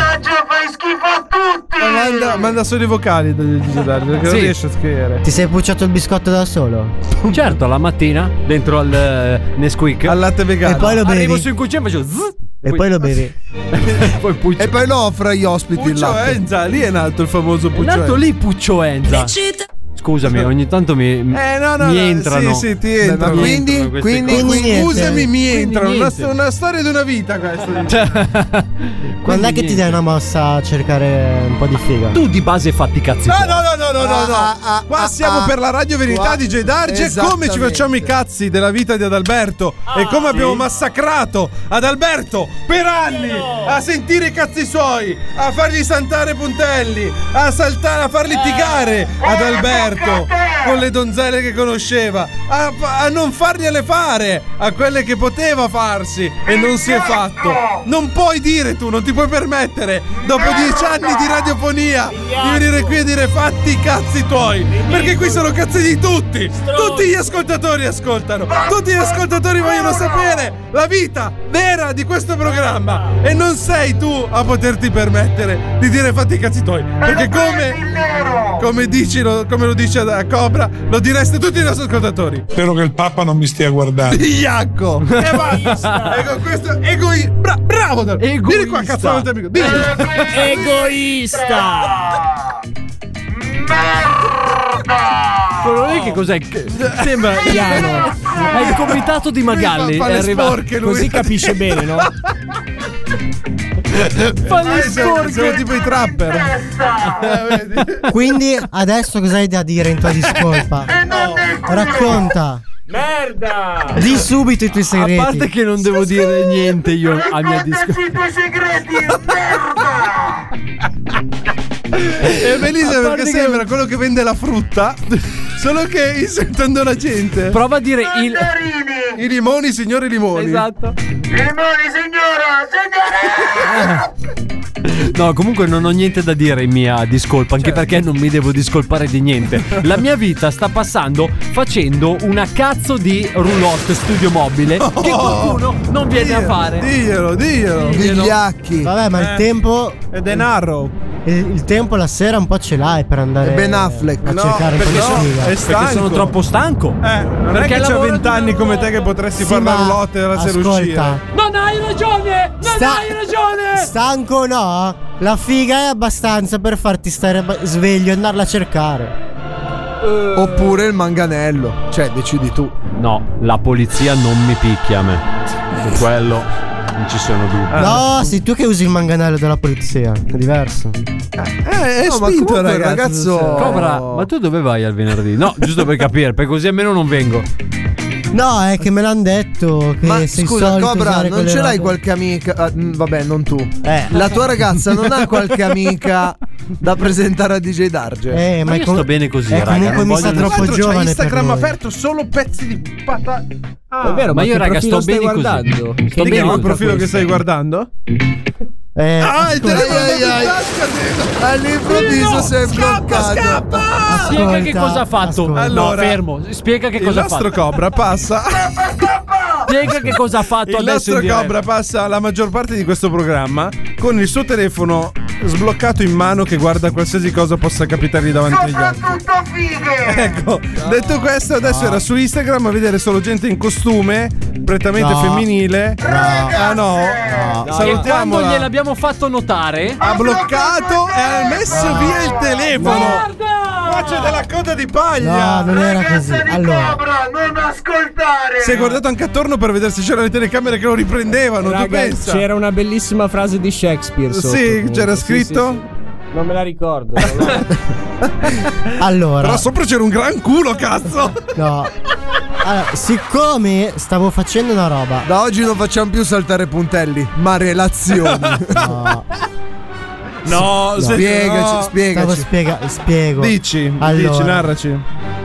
Ma manda, manda solo i vocali di D J Darge, perché Sì. non riesce a scrivere. Ti sei pucciato il biscotto da solo? Certo, la mattina dentro al eh, Nesquik. Al latte vegano. E poi lo bevi? Arrivo su in cucina e faccio zzz, E poi lo bevi? poi puccio. E poi lo offre agli ospiti il Puccio latte. Enza, lì è nato il famoso È Puccio nato Enza. lì Puccio Enza. scusami, ogni tanto mi, Eh no no mi no, entrano. Sì sì ti entrano. Ma quindi, entrano queste quindi, cose. quindi Scusami, mi entrano. Una, niente. una storia di una vita questa. Quando è che ti dai una mossa a cercare un po' di figa? Tu di base fatti cazzi No tuoi. no no no no no, no. Ah, ah, Qua ah, siamo ah. per la Radio Verità Qua- di J Darge. Come ci facciamo i cazzi della vita di Adalberto e come abbiamo massacrato Adalberto per anni a sentire i cazzi suoi, a fargli saltare puntelli, a saltare, a far litigare Adalberto con le donzelle che conosceva, a, a non fargliele fare a quelle che poteva farsi e non si è fatto. Non puoi dire tu, non ti puoi permettere dopo dieci anni di radiofonia di venire qui a dire fatti i cazzi tuoi, perché qui sono cazzi di tutti. Tutti gli ascoltatori ascoltano, tutti gli ascoltatori vogliono sapere la vita vera di questo programma e non sei tu a poterti permettere di dire fatti i cazzi tuoi, perché come come dici lo, come lo dice a Cobra, lo direste tutti i nostri ascoltatori. Spero che il Papa non mi stia guardando. Iacco! E basta! E con questo egoi... Bra- bravo! Dal- Vieni qua, cazzo, non ti amico. Vieni. Egoista! Quello lì che cos'è? Che- Sembra piano. È il comitato di Magalli. Fa È le arrivato. sporche lui. Così capisce bene, no? Fa le Eh, siamo, sporche. siamo tipo i trapper. Eh, vedi? Quindi adesso cosa hai da dire in tua discolpa? Racconta. Merda! Di subito i tuoi A segreti. parte che non devo dire niente io a mia disco. i tuoi segreti, merda! È bellissimo A perché parte che- sembra quello che vende la frutta, solo che insultando la gente. Prova a dire il. I limoni, signori limoni. Esatto. Limoni, signora, signora! No, comunque non ho niente da dire in mia discolpa, anche perché non mi devo discolpare di niente. La mia vita sta passando facendo una cazzo di roulotte studio mobile che qualcuno non viene a fare. Diglielo, diglielo. Vigliacchi. Vabbè, ma il Eh. tempo. È denaro. Il, il tempo la sera un po' ce l'hai per andare E Ben Affleck. a No, cercare un po' di perché no, sfiga. è stanco. Perché sono troppo stanco. Eh, non Perché è che c'ha lavoro vent'anni di- come te che potresti Sì, fare la ma roulotte e la sera uscire. ascolta, Non hai ragione! Non Sta- hai ragione! stanco o no? La figa è abbastanza per farti stare ba- sveglio e andarla a cercare. Oppure il manganello. Cioè, decidi tu. No, la polizia non mi picchia a me. Su quello non ci sono dubbi. No, sei tu che usi il manganello della polizia. È diverso. Eh, è No, ma spinto, comunque, ragazzo. ragazzo- Cobra, ma tu dove vai al venerdì? No, giusto per capire, perché così almeno non vengo. No, è che me l'hanno detto che Ma sei scusa, solito Cobra, usare non quelle ce l'hai robe. qualche amica? ah, mm, vabbè, non tu. Eh. La tua ragazza non ha qualche amica da presentare a D J Darge? Eh, Ma ma, io è com- sto bene così, è raga, comunque non mi sta voglio troppo Tra l'altro c'ha giovane Instagram per lui. aperto, solo pezzi di patata. Ah, È vero, Ma ma, io, che raga, profilo sto bene stai così. guardando? Sto Che Vedi che bene è il manca profilo che questo? stai guardando? Eh, Ah, il ascolta, telefono ai, in ai. tasca, sì. All'improvviso si è bloccato. Spiega che cosa ha fatto. ascolta. No, Allora, fermo. Spiega che Il cosa ha nostro fatto. Cobra passa. Spiega che cosa ha fatto Il adesso nostro in diretta. Cobra passa la maggior parte di questo programma con il suo telefono sbloccato in mano che guarda qualsiasi cosa possa capitargli davanti agli occhi. Soprattutto fighe! Ecco, detto questo, adesso era su Instagram a vedere solo gente in costume, prettamente No. femminile. Ah no, E quando salutiamola. gliel'abbiamo fatto notare, Ha bloccato e ha messo via il telefono. Guarda! Faccia della coda di paglia. No, non era così. Ragazza di Allora, Cobra, non ascoltare! Si è guardato anche attorno per vedere se c'erano le telecamere che lo riprendevano. tu Raga, pensa? c'era una bellissima frase di Shakespeare sotto, Sì, comunque. c'era Sì, scritto? sì, sì. Non me la ricordo. non l'ho- allora, Però sopra c'era un gran culo, cazzo. no. Allora, siccome stavo facendo una roba, Da oggi non facciamo più saltare puntelli, ma relazioni. no, No, se- Spiegaci, no. stavo spiegaci. spiega- spiego. Dici, Allora. dici, narraci.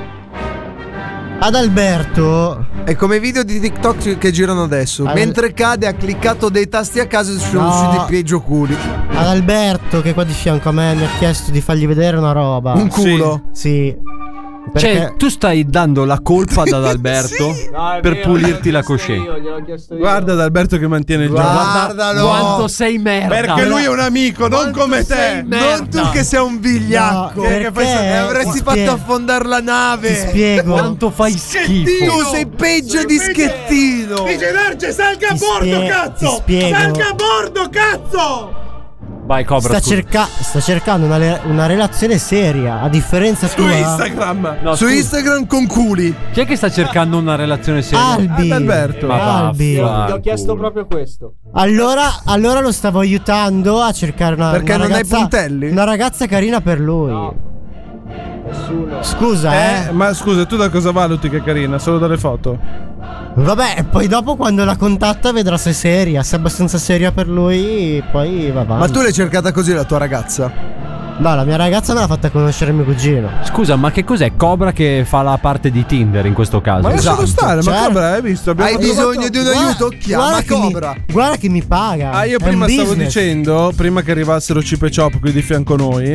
Ad Alberto, È come i video di TikTok che girano adesso. Allora- Mentre cade ha cliccato dei tasti a caso e sono No. usciti pieggioculi. ad Alberto che è qua di fianco a me mi ha chiesto di fargli vedere una roba. Un culo. Sì. Cioè, Perché tu stai dando la colpa ad Adalberto No, è per vero, pulirti la gliel'ho chiesto coscienza. io, gliel'ho chiesto io. Guarda ad Alberto che mantiene il gioco. Guardalo. Quanto sei merda. Perché lui è un amico, non come te. Non tu che sei un vigliacco. No, che perché- fai- e avresti ti fatto spiego. affondare la ti nave. spiego. Quanto fai schifo. Tu sei peggio di Schettino. Dice Darge, salga a Ti bordo, spie- cazzo. ti spiego. Salga a bordo, cazzo. Vai, Cobra. Sta, cerca- sta cercando una, le- una relazione seria, a differenza Su tua. Instagram. No, Su scusa. Instagram con culi. Chi è che sta cercando una relazione seria? Albi. Alberto. Ma Albi. vaffanculo. Gli ho chiesto proprio questo. Allora, allora lo stavo aiutando a cercare una, Perché una non hai ragazza, puntelli? una ragazza carina per lui. Nessuno. Scusa, eh. Eh, ma scusa, tu da cosa valuti che è carina? Solo dalle foto? Vabbè, poi dopo quando la contatta vedrà se è seria. Se è abbastanza seria per lui, poi va avanti. Ma tu l'hai cercata così la tua ragazza? No, la mia ragazza me l'ha fatta conoscere mio cugino. Scusa, ma che cos'è Cobra che fa la parte di Tinder in questo caso? Ma lascialo stare, ma Certo. Cobra, hai visto? Abbiamo Hai trovato- bisogno di un Guarda- aiuto? Chiama guarda che mi- Cobra. Guarda che mi paga. Ah, io È prima un stavo business. dicendo, prima che arrivassero Chip e Chop qui di fianco a noi,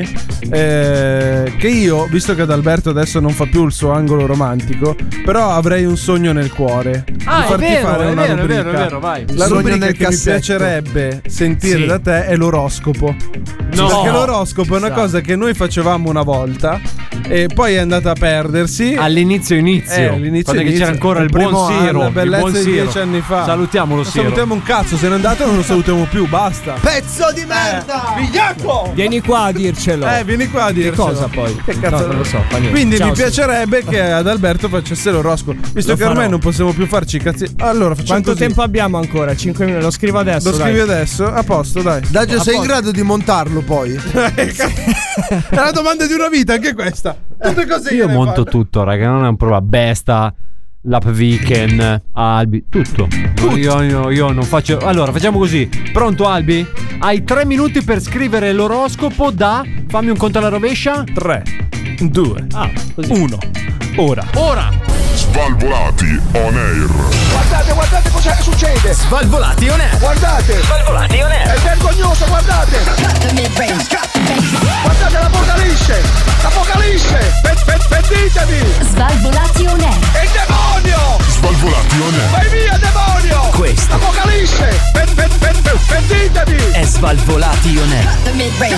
eh, che io, visto che Adalberto adesso non fa più il suo angolo romantico, però avrei un sogno nel cuore. Ah, di è farti vero, fare è una vero, è rubrica. vero, è vero, vai. La Sogno rubrica nel che mi cassetto. piacerebbe sentire Sì. da te è l'oroscopo. No. Perché l'oroscopo è una cosa che noi facevamo una volta e poi è andata a perdersi. All'inizio inizio, Eh, all'inizio quando che inizio. c'era ancora il, Il buon primo anno, Siro, la il bellezza buon di Siro. dieci anni fa. Salutiamolo Non Siro. salutiamo un cazzo, se n'è andato non lo salutiamo più, basta. Pezzo di merda! Vigliacco! Vieni qua a dircelo. Eh, vieni qua a dircelo. cosa poi? Che cazzo No, non lo so, fa niente. Quindi Ciao, mi sì. piacerebbe che ad Alberto facesse l'oroscopo. Visto Lo che ormai farò. non possiamo più farci i cazzi. Allora facciamo Quanto così. tempo abbiamo ancora? cinque minuti. Lo scrivo adesso. Lo dai. scrivi adesso? A posto, dai. Daggio, A sei in posto. grado di montarlo poi? È la domanda di una vita, anche questa. Tutto così. Io ne monto fanno. tutto, raga, non è un problema. Besta, l'app Weekend, Albi, tutto. Io, io- io non faccio. Allora, facciamo così. Pronto, Albi? Hai tre minuti per scrivere l'oroscopo da. Fammi un conto alla rovescia. tre, due, Ah, così. uno. Ora. Ora! Svalvolati on air. Guardate, guardate cosa succede. Svalvolati on air. Guardate. Svalvolati on air. È vergognoso, guardate. Guardate l'apocalisse. L'apocalisse. Pe- pe- Pentitevi. Svalvolati on air. È il demonio. Svalvolati on air. Vai via, demonio. Questo Apocalisse. Pe- pe- pe- pe- Pentitevi. è Svalvolati on air.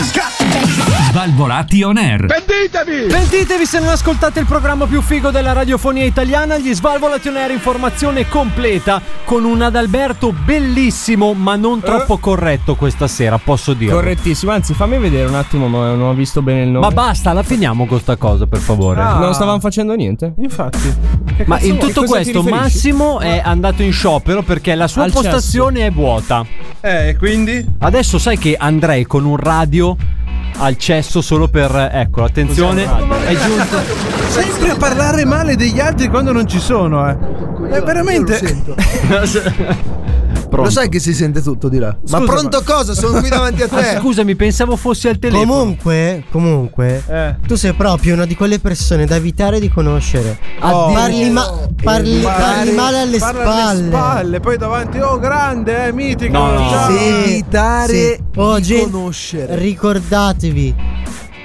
Svalvolati on air. Pentitevi. Pentitevi se non ascoltate il programma più figo della radiofonia italiana, gli Svalvolati on air, informazione completa con un Adalberto bellissimo ma non troppo corretto questa sera, posso dire. Correttissimo. Anzi, fammi vedere un attimo, ma non ho visto bene il nome. Ma basta, la finiamo con sta cosa, per favore. Ah. Non stavamo facendo niente? Infatti. Che Ma cazzo in vuoi? tutto Cosa ti questo riferisci? Massimo è andato in sciopero perché la sua Al postazione è vuota. Eh, quindi? Adesso sai che andrei con un radio al cesso solo per. Ecco, attenzione, è giunto. Sempre a parlare male degli altri quando non ci sono, eh. È veramente. Io lo sento. Lo sai che si sente tutto di là? Scusa, ma pronto ma- cosa? Sono qui davanti a Ah, te. scusami, pensavo fossi al telefono. Comunque, comunque, Eh. tu sei proprio una di quelle persone da evitare di conoscere. Oh. Parli, ma- parli, parli male alle Parla spalle. alle spalle, poi davanti, oh grande, eh, mitico. No, no. ciao. Sì, Evitare sì. Oh, di gen- conoscere. Ricordatevi,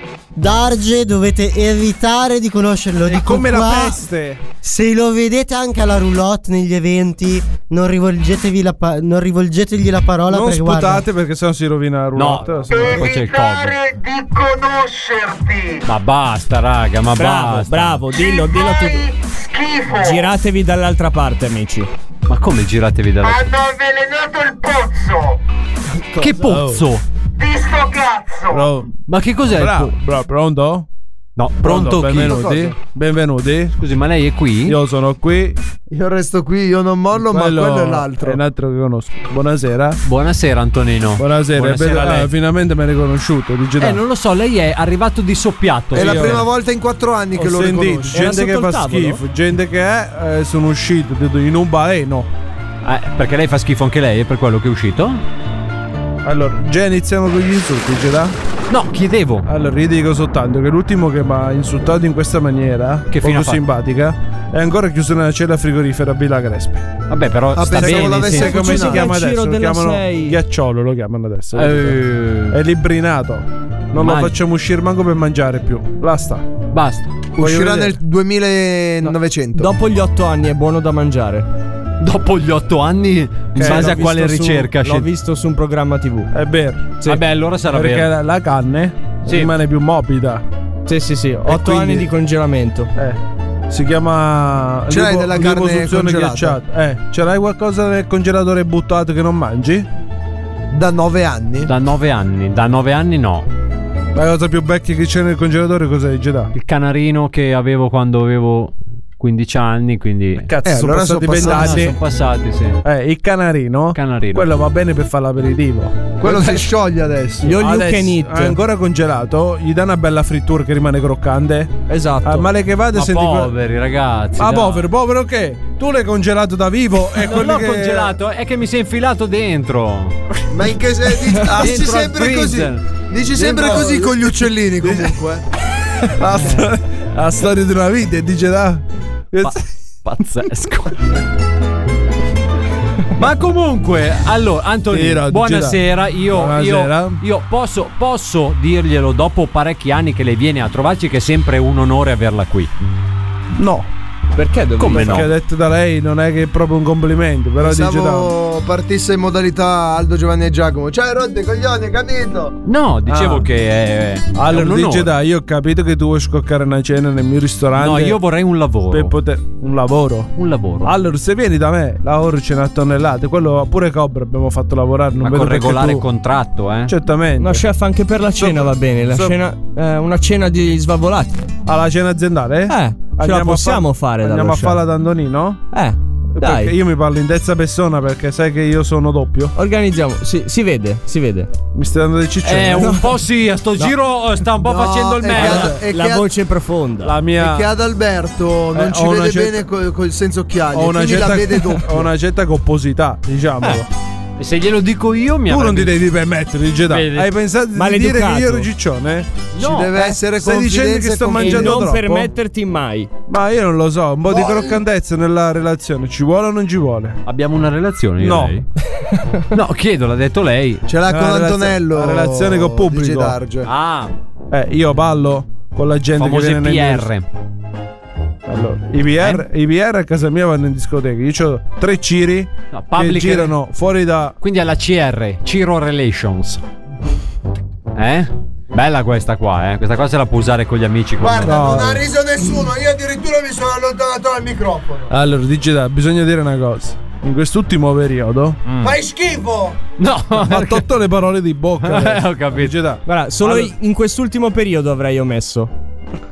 Darge dovete evitare di conoscerlo. È Dico come la qua, peste. se lo vedete anche alla roulotte negli eventi, non rivolgetevi la pa- non rivolgetegli la parola. Non perché sputate guarda, perché sennò si rovina la roulotte. No. se no- Poi c'è il cover. di conoscerti. Ma basta, raga, ma Bravo, basta. bravo, dillo, dillo tu. Schifo. Giratevi dall'altra parte, amici. Ma come giratevi dalla. Hanno avvelenato il pozzo. Che pozzo? Di sto cazzo. Bro, Ma che cos'è il bra- po- bra- pronto? No, pronto chi? benvenuti. Benvenuti. Scusi, ma lei è qui? Io sono qui. Io resto qui, io non mollo, ma quello è l'altro. È un altro che conosco. Buonasera. Buonasera Antonino. Buonasera. Buonasera Beh, a lei. ah, finalmente mi hai riconosciuto. Dici, dai. Eh, non lo so, lei è arrivato di soppiatto. È la Io- prima volta in quattro anni che Ho lo sentito riconosco. Era gente che sotto fa il tavolo? schifo, gente che è, eh, sono uscito in un baleno. Eh, perché lei fa schifo anche lei, è per quello che è uscito? Allora, già iniziamo con gli insulti, ce l'ha? No, chiedevo. Allora, io dico soltanto che l'ultimo che mi ha insultato in questa maniera, Che fine poco ha fatto? simpatica, è ancora chiuso nella cella frigorifera a Villa Crespi. Vabbè, però Ah, sta pensavo bene. l'avesse sì. Sai come si cucinato. chiama Al giro adesso? Lo della chiamano sei. ghiacciolo, lo chiamano adesso. Eh, È librinato. Non Mangi. lo facciamo uscire manco per mangiare più. Basta. Basta. Uscirà vedere. nel duemilanovecento. Dopo gli otto anni è buono da mangiare. Dopo gli otto anni, in Eh, base a L'ho quale visto su- ricerca? L'ho scel- visto su un programma tivù. È vero. Vabbè, allora sarà Perché vero. la, la carne Sì. rimane più morbida. Sì, sì, sì. Otto quindi- anni di congelamento. Eh. Si chiama Ce l'hai lipo- della carne liposuzione congelata? ghiacciata. Eh, ce l'hai qualcosa nel congelatore buttato che non mangi? Da nove anni? Da nove anni, da nove anni no. La cosa più vecchia che c'è nel congelatore cos'è? Jedi? Il canarino che avevo quando avevo quindici anni, quindi Cazzo, Eh, sono allora passati sono passati- vent'anni. sono passati, sì. Eh, il canarino, Canarino. quello va bene per fare l'aperitivo. Quello si scioglie adesso. Io you Adesso can eat. è ancora congelato, gli dà una bella frittura che rimane croccante. Esatto. Ah, male che vada, Ma senti que- poveri ragazzi. Ma dai. povero, povero che? Tu l'hai congelato da vivo e Non quelli l'ho che... congelato, è che mi si è infilato dentro. Ma in che senso? Dici, Ah, dici dentro al sempre così. freezer. Dici sempre Dentro- così con gli uccellini comunque. la, sto- la storia di una vita, dice da. Pa- pazzesco. Ma comunque, allora, Antonino, Sì, no, buonasera. Io, Buonasera. io, io posso, posso dirglielo dopo parecchi anni che lei viene a trovarci, che è sempre un onore averla qui. No. Perché dovevi Come no? Perché detto da lei non è che è proprio un complimento, però dice da. Pensavo partisse in modalità Aldo, Giovanni e Giacomo. Cioè, rotte coglioni, capito? No, dicevo Ah. che è, è Allora un dice onore. da, io ho capito che tu vuoi scoccare una cena nel mio ristorante. No, io vorrei un lavoro. per poter un lavoro. Un lavoro. Allora, se vieni da me, lavoro ce n'ha tonnellate. Quello pure Cobra abbiamo fatto lavorare. Non Ma vedo con perché regolare tu- contratto, eh? Certamente. No, chef, anche per la cena va bene. La so- cena, eh, una cena di svalvolati. Alla cena aziendale? Eh, ce la possiamo a fare. Andiamo dallo a chef. farla da Andonino? Eh, Perché dai. io mi parlo in terza persona perché sai che io sono doppio. Organizziamo. Si, si vede, si vede. Mi stai dando dei ciccioni. Eh, un po' sì, a sto giro sta un po' No, facendo il è che merda. ad- è La che ad- voce è profonda. La mia. è che Adalberto non Eh, ci ho una vede certa- bene col, col senza occhiali. Ho una, quindi certa, la vede doppio. ho una certa composità, diciamolo. E se glielo dico io mi Tu non ti avrebbe- devi permettere di Jedi. Vedi? Hai pensato di Maleducato. dire che io ero ciccione? Ci No, deve eh, essere stai dicendo confidenza che sto e E mangiando non troppo? permetterti mai. Ma io non lo so, un po' di Voglio- croccantezza nella relazione ci vuole o non ci vuole? Abbiamo una relazione io No. e lei? No, chiedo, l'ha detto lei. Ce l'ha La con relazio- Antonello. la relazione col pubblico. Dice Darge. Ah, Eh, io ballo con la gente famose che viene P nel mio- R. Allora, i P R, i P R a casa mia vanno in discoteca. Io ho tre ciri No, che public- girano fuori da. Quindi alla C R, Ciro Relations. Eh? Bella questa qua, eh. Questa qua se la può usare con gli amici. quando- Guarda, No. non ha riso nessuno. Io addirittura mi sono allontanato dal microfono. Allora, dice da, bisogna dire una cosa. In quest'ultimo periodo Mm. Fai schifo! No, ha tolto le parole di bocca. Eh, adesso. ho capito. Dice da. Guarda, solo Allora- in quest'ultimo periodo avrei omesso.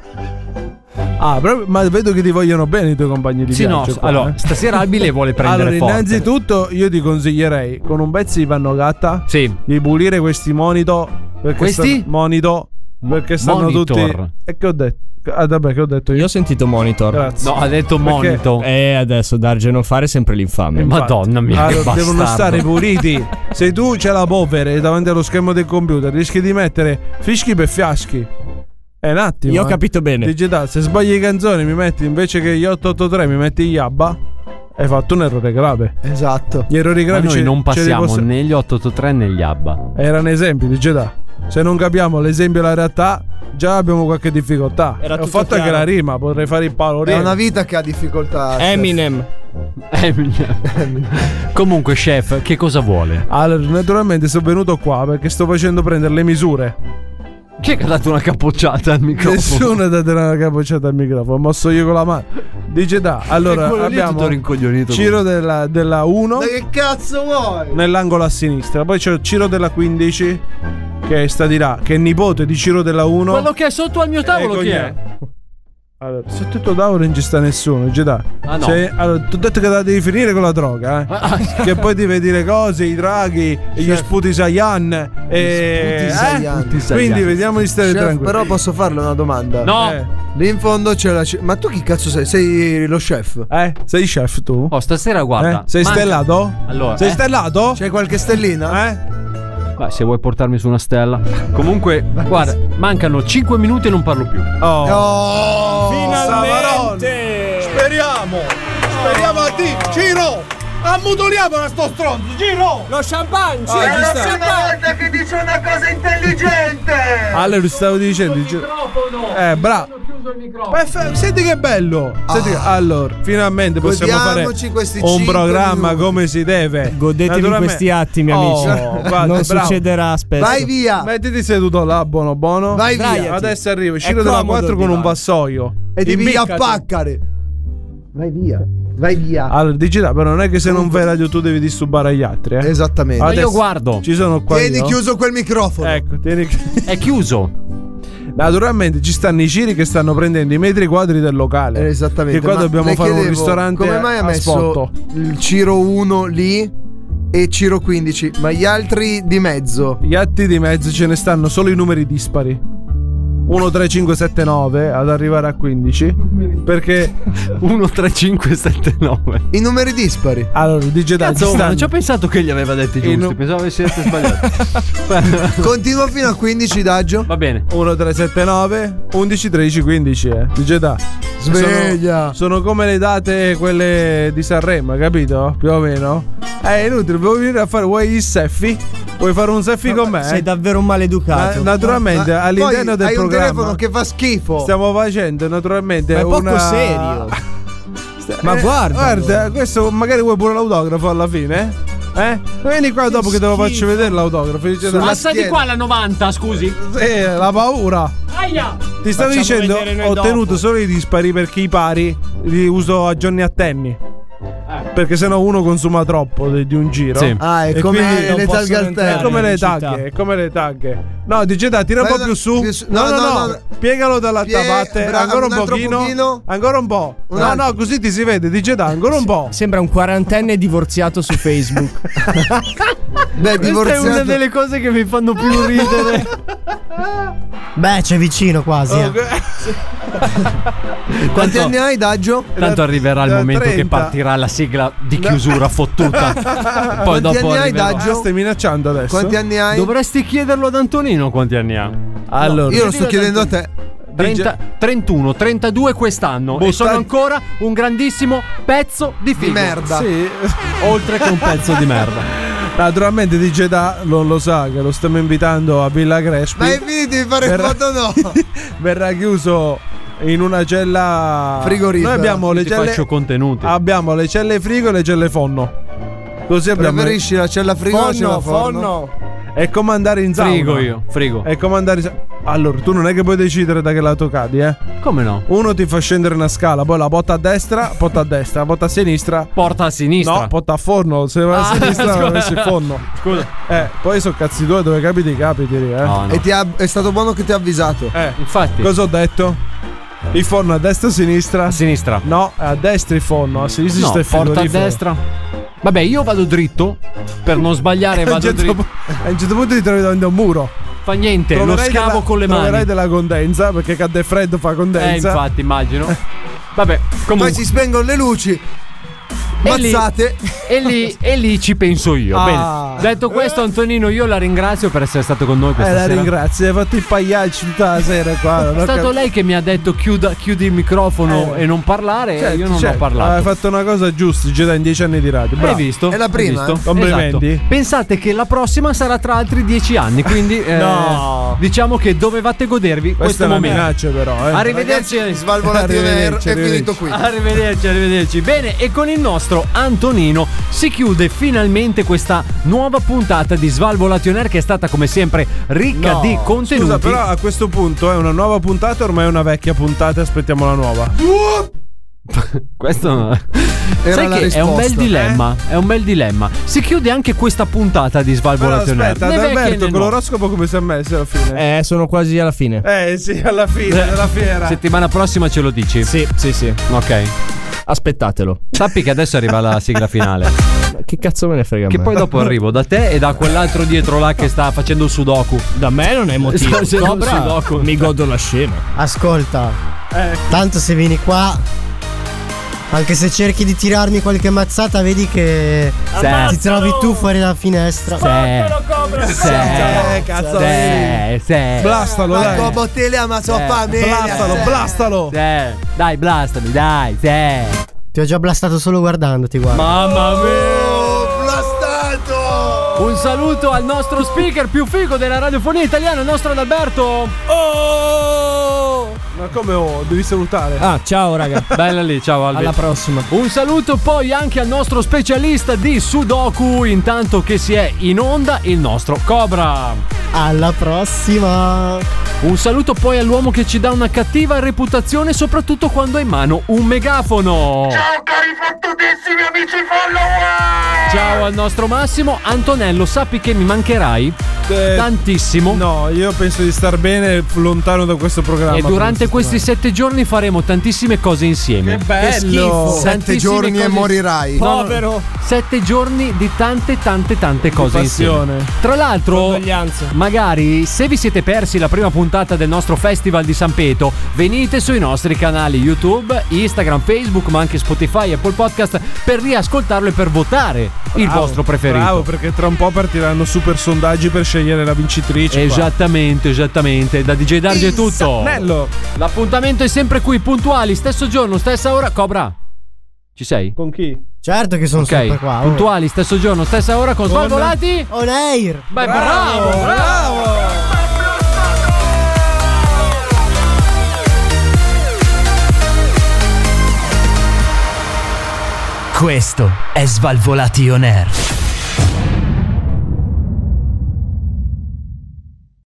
Ah, proprio- ma vedo che ti vogliono bene i tuoi compagni di Sì, no, viaggio. qua, allora, eh. stasera Albi le vuole prendere Allora, forte. innanzitutto io ti consiglierei con un pezzo di panno gatta Sì. di pulire questi monitor. Perché Questi? stanno- monitor. Perché stanno Monitor. tutti. E che ho detto? Ah, vabbè, che ho detto io? Io ho sentito monitor. Grazie. No, ha detto Perché- monito. E adesso Darge non fare sempre l'infame. Infatti. Madonna mia, che Allora, devono bastardo. stare puliti. Se tu c'è la polvere davanti allo schermo del computer, rischi di mettere fischi per fiaschi. È un attimo. Io ho eh. capito bene. Digital, se sbagli le canzoni, mi metti invece che gli otto otto tre, mi metti gli Yabba. Hai fatto un errore grave. Esatto. Gli errori Ma gravi noi ce- non ce li passiamo posso- né gli otto otto tre né gli ABBA. Erano esempi di Jedi. Se non capiamo l'esempio e la realtà, già abbiamo qualche difficoltà. Era Ho tutto fatto anche chiaro. la rima, potrei fare il È paloriere. una vita che ha difficoltà. Eminem. Comunque, chef, che cosa vuole? Allora, naturalmente sono venuto qua perché sto facendo prendere le misure. Chi è che ha dato una capocciata al microfono? Nessuno ha dato una capocciata al microfono, ho mosso io con la mano. Dice da, allora E quello lì è tutto abbiamo rincoglionito. Ciro della, della uno Ma che cazzo vuoi? nell'angolo a sinistra, poi c'è Ciro della quindici che sta di là, che è nipote di Ciro della uno. Quello che è sotto al mio tavolo, Ecco chi chi è? Allora, se tutto tavolo non ci sta nessuno, Jedi. Ah, no. Se- allora, ti ho detto che la devi finire con la droga, eh. Che poi ti vedi le cose, i draghi, e gli sputi Saiyan. E sputi Saiyan. eh? Quindi vediamo di stare Chef, tranquilli. però posso farle una domanda? No. Eh. Lì in fondo c'è la. c- Ma tu chi cazzo sei? Sei lo chef? Eh, sei chef tu? Oh, stasera guarda. Eh? Sei manca- stellato? Allora, Sei eh? stellato? C'è qualche stellina? Eh? Beh, se vuoi portarmi su una stella. Comunque, guarda, mancano cinque minuti e non parlo più. Oh. Oh, Finalmente. Speriamo! Speriamo a te! Ciro! Ammutoliamo a sto stronzo! Giro! Lo champagne. Ah, È ci la sta. prima volta che dice una cosa intelligente! Allora, stavo dicendo. dice- Eh, bravo. Perfe- Senti che bello! Senti che- allora, finalmente possiamo fare Godiamoci questi un cinque programma minuti. come si deve. Godetevi Naturalmente- questi attimi, Oh, amici. guarda, non bravo. succederà spesso. Vai via! Mettiti seduto là, buono, buono. Vai Sdraiati. via! Adesso arrivo. È Ciro della comodo quattro il con un divano. vassoio. E devi Imbiccati. appaccare! Vai via! vai via. Allora, digitale, però non è che se non fai radio tu devi disturbare gli altri, eh? Esattamente. Ma io guardo. Ci sono qua. Tieni io. chiuso quel microfono. Ecco, tieni. È chiuso. Naturalmente ci stanno i Ciri che stanno prendendo i metri quadri del locale. Eh, esattamente. Che qua Ma dobbiamo le fare un chiedevo, ristorante. Come mai ha a messo spotto. il Ciro uno lì e Ciro quindici, ma gli altri di mezzo? Gli altri di mezzo ce ne stanno solo i numeri dispari. uno tre cinque sette nove ad arrivare a quindici. Perché uno tre cinque sette nove. I numeri dispari. Allora, digitale. Cazzo, ma non ci ho pensato che gli aveva detti giusti. Nu- Pensavo avesse sbagliato. Continua fino a quindici, Daggio. Va bene. uno tre sette nove undici tredici quindici, eh. Digitale. Sveglia. Sono, sono come le date quelle di Sanremo, capito? Più o meno. È inutile, vuoi venire a fare vuoi il selfie? Vuoi fare un selfie con me? Sei davvero maleducato. Ma, naturalmente Ma all'interno poi del hai programma un telefono che fa schifo. stiamo facendo naturalmente Ma è poco una... serio. Ma Eh, guarda. Guarda, questo magari vuoi pure l'autografo alla fine? Eh? Vieni qua dopo che te lo faccio vedere l'autografo. Dice, Passa di qua la novanta, scusi. Sì, la paura. Aia. Ti stavo Facciamo dicendo, vedere noi ho dopo. tenuto solo i dispari perché i pari li uso a giorni a tenni. Perché sennò uno consuma troppo di, di un giro. Sì. Ah, è E come quindi le non targhe possono alterne. entrare. È come le città. taghe, è come le taghe. No, dice da, tira un Vai po' da- più su. più su- No, no, no, no, no. no. Piegalo dall'altra Pie- parte. bra- Ancora un, un altro pochino. pochino. Ancora un po'. Un no, altro. no, così ti si vede. Dice da, ancora un po'. Sembra un quarantenne divorziato su Facebook. Beh, Questa è una divorziato. delle cose che mi fanno più ridere. Beh, c'è vicino quasi. eh. Quanti anni hai, Daggio? Tanto arriverà il da momento che trenta. partirà la sigla di chiusura fottuta. Poi Quanti dopo anni hai, arriverà- Daggio? Ah, stai minacciando adesso? Quanti anni hai? Dovresti chiederlo ad Antonino quanti anni ha. Allora, Io lo sto chiedendo a te. trenta, trentuno, trentadue quest'anno. E Botta- sono ancora un grandissimo pezzo di figo. Di merda. Sì. Oltre che un pezzo di merda. Naturalmente dice da non lo sa che lo stiamo invitando a Villa Crespi. Ma hai finito di fare Verrà- foto no? Verrà chiuso in una cella Frigorifera. Noi abbiamo le Ti celle faccio contenuti. Abbiamo le celle frigo e le celle fonno. Così abbiamo Preferisci la cella frigo o la cella Fonno, forno? fonno. È come andare in sauna. Frigo io, frigo. È come andare in sa- Allora, tu non è che puoi decidere da che lato cadi, eh? Come no? Uno ti fa scendere una scala, poi la botta a destra, botta a destra, botta a sinistra. Porta a sinistra. No, porta a forno. Se vai Ah, a sinistra scusa. non messo il forno. Scusa. Eh, poi sono cazzi tuoi, dove capiti, capiti, eh. No, no. E ti ha, è stato buono che ti ha avvisato. Eh, Infatti. cosa ho detto? Il forno a destra o a sinistra? A sinistra. No, è a destra il forno, a sinistra No, sta il porta a frigorifero. destra. Vabbè, io vado dritto. Per non sbagliare A un vado certo dritto. pu- a un certo punto ti trovi davanti a un muro. Fa niente, lo Troverai scavo della- con le mani. Troverai della condensa, perché cade freddo fa Eh, condensa. infatti, immagino. Vabbè, Poi comunque. si spengono le luci. E lì, Mazzate. e, lì, e lì ci penso io. Ah. Bene. Detto questo, Antonino, io la ringrazio per essere stato con noi Eh, questa la sera. ringrazio, hai fatto i pagliacci tutta la sera qua. non È ho stato cap- lei che mi ha detto chiuda, chiudi il microfono Eh. e non parlare. Certo, e io non certo. ho parlato. Hai fatto una cosa giusta, già in dieci anni di radio. Bravo. Hai visto? È la prima, Hai visto? eh? Complimenti. Esatto. Pensate che la prossima sarà tra altri dieci anni. Quindi, eh, No. diciamo che dovevate godervi Questa questo è una momento. minaccia, però. Eh. Arrivederci. Ragazzi, Svalvolati on air Arrivederci, è arrivederci. finito qui. Arrivederci, arrivederci. Bene, e con il nostro Antonino si chiude finalmente questa nuova puntata di Svalvolati on Air, che è stata come sempre ricca No. di contenuti. Scusa, però a questo punto è una nuova puntata, ormai è una vecchia puntata, aspettiamo la nuova. Questo no. Era Sai la che è un bel risposta. dilemma. È un bel dilemma. Si chiude anche questa puntata di Però Svalvolati on Air. aspetta, Né vecchie né Adalberto, con nuove. l'oroscopo come si è messo alla fine? Eh, sono quasi alla fine. Eh sì, alla fine della fiera. Settimana prossima ce lo dici? Sì, sì, sì. Ok. Aspettatelo. Sappi che adesso arriva la sigla finale. Ma che cazzo me ne frega a Che me? poi dopo arrivo da te e da quell'altro dietro là che sta facendo il sudoku. Da me non è motivo. Sta facendo il Cobra, sudoku. mi godo la scena. Ascolta, Eh, tanto se vieni qua, anche se cerchi di tirarmi qualche mazzata, vedi che Sì. ti trovi tu fuori dalla finestra. Sì. Sì. Eh, cazzo. Sì. Sì. Blastalo, Ma dai. come te le ama sua Eh, famiglia. Blastalo, sì. blastalo. Sì. Dai, blastami, dai. Sì. Ti ho già blastato solo guardandoti, guarda. Mamma mia. Oh, blastato. Un saluto al nostro speaker più figo della radiofonia italiana, il nostro Adalberto. Oh! Ma come oh, devi salutare. Ah, ciao raga. Bella lì, ciao Albi. Alla prossima. Un saluto poi anche al nostro specialista di Sudoku, intanto che si è in onda il nostro Cobra. Alla prossima. Un saluto poi all'uomo che ci dà una cattiva reputazione, soprattutto quando ha in mano un megafono. Ciao cari fottutissimi amici follower! Ciao al nostro Massimo. Antonello, sappi che mi mancherai Eh, tantissimo. No, io penso di star bene lontano da questo programma. E durante questi sette giorni faremo tantissime cose insieme. Che bello! Sette giorni cose- e morirai. No, no, Povero. Sette giorni di tante tante tante cose passione. insieme. Tra l'altro, Condoglianze. magari se vi siete persi la prima puntata del nostro Festival di San Peto, venite sui nostri canali YouTube, Instagram, Facebook, ma anche Spotify e Apple Podcast per riascoltarlo e per votare il Bravo, vostro preferito. Bravo, perché tra un po' partiranno super sondaggi per scegliere la vincitrice. qua. Esattamente, esattamente. Da D J Darge è tutto. Bello. L'appuntamento è sempre qui, puntuali, stesso giorno, stessa ora. Cobra, ci sei? Con chi? Certo che sono Ok, sempre qua. oh. puntuali, stesso giorno, stessa ora con Svalvolati. On air. Beh, bravo, bravo. bravo. Questo è Svalvolati On Air.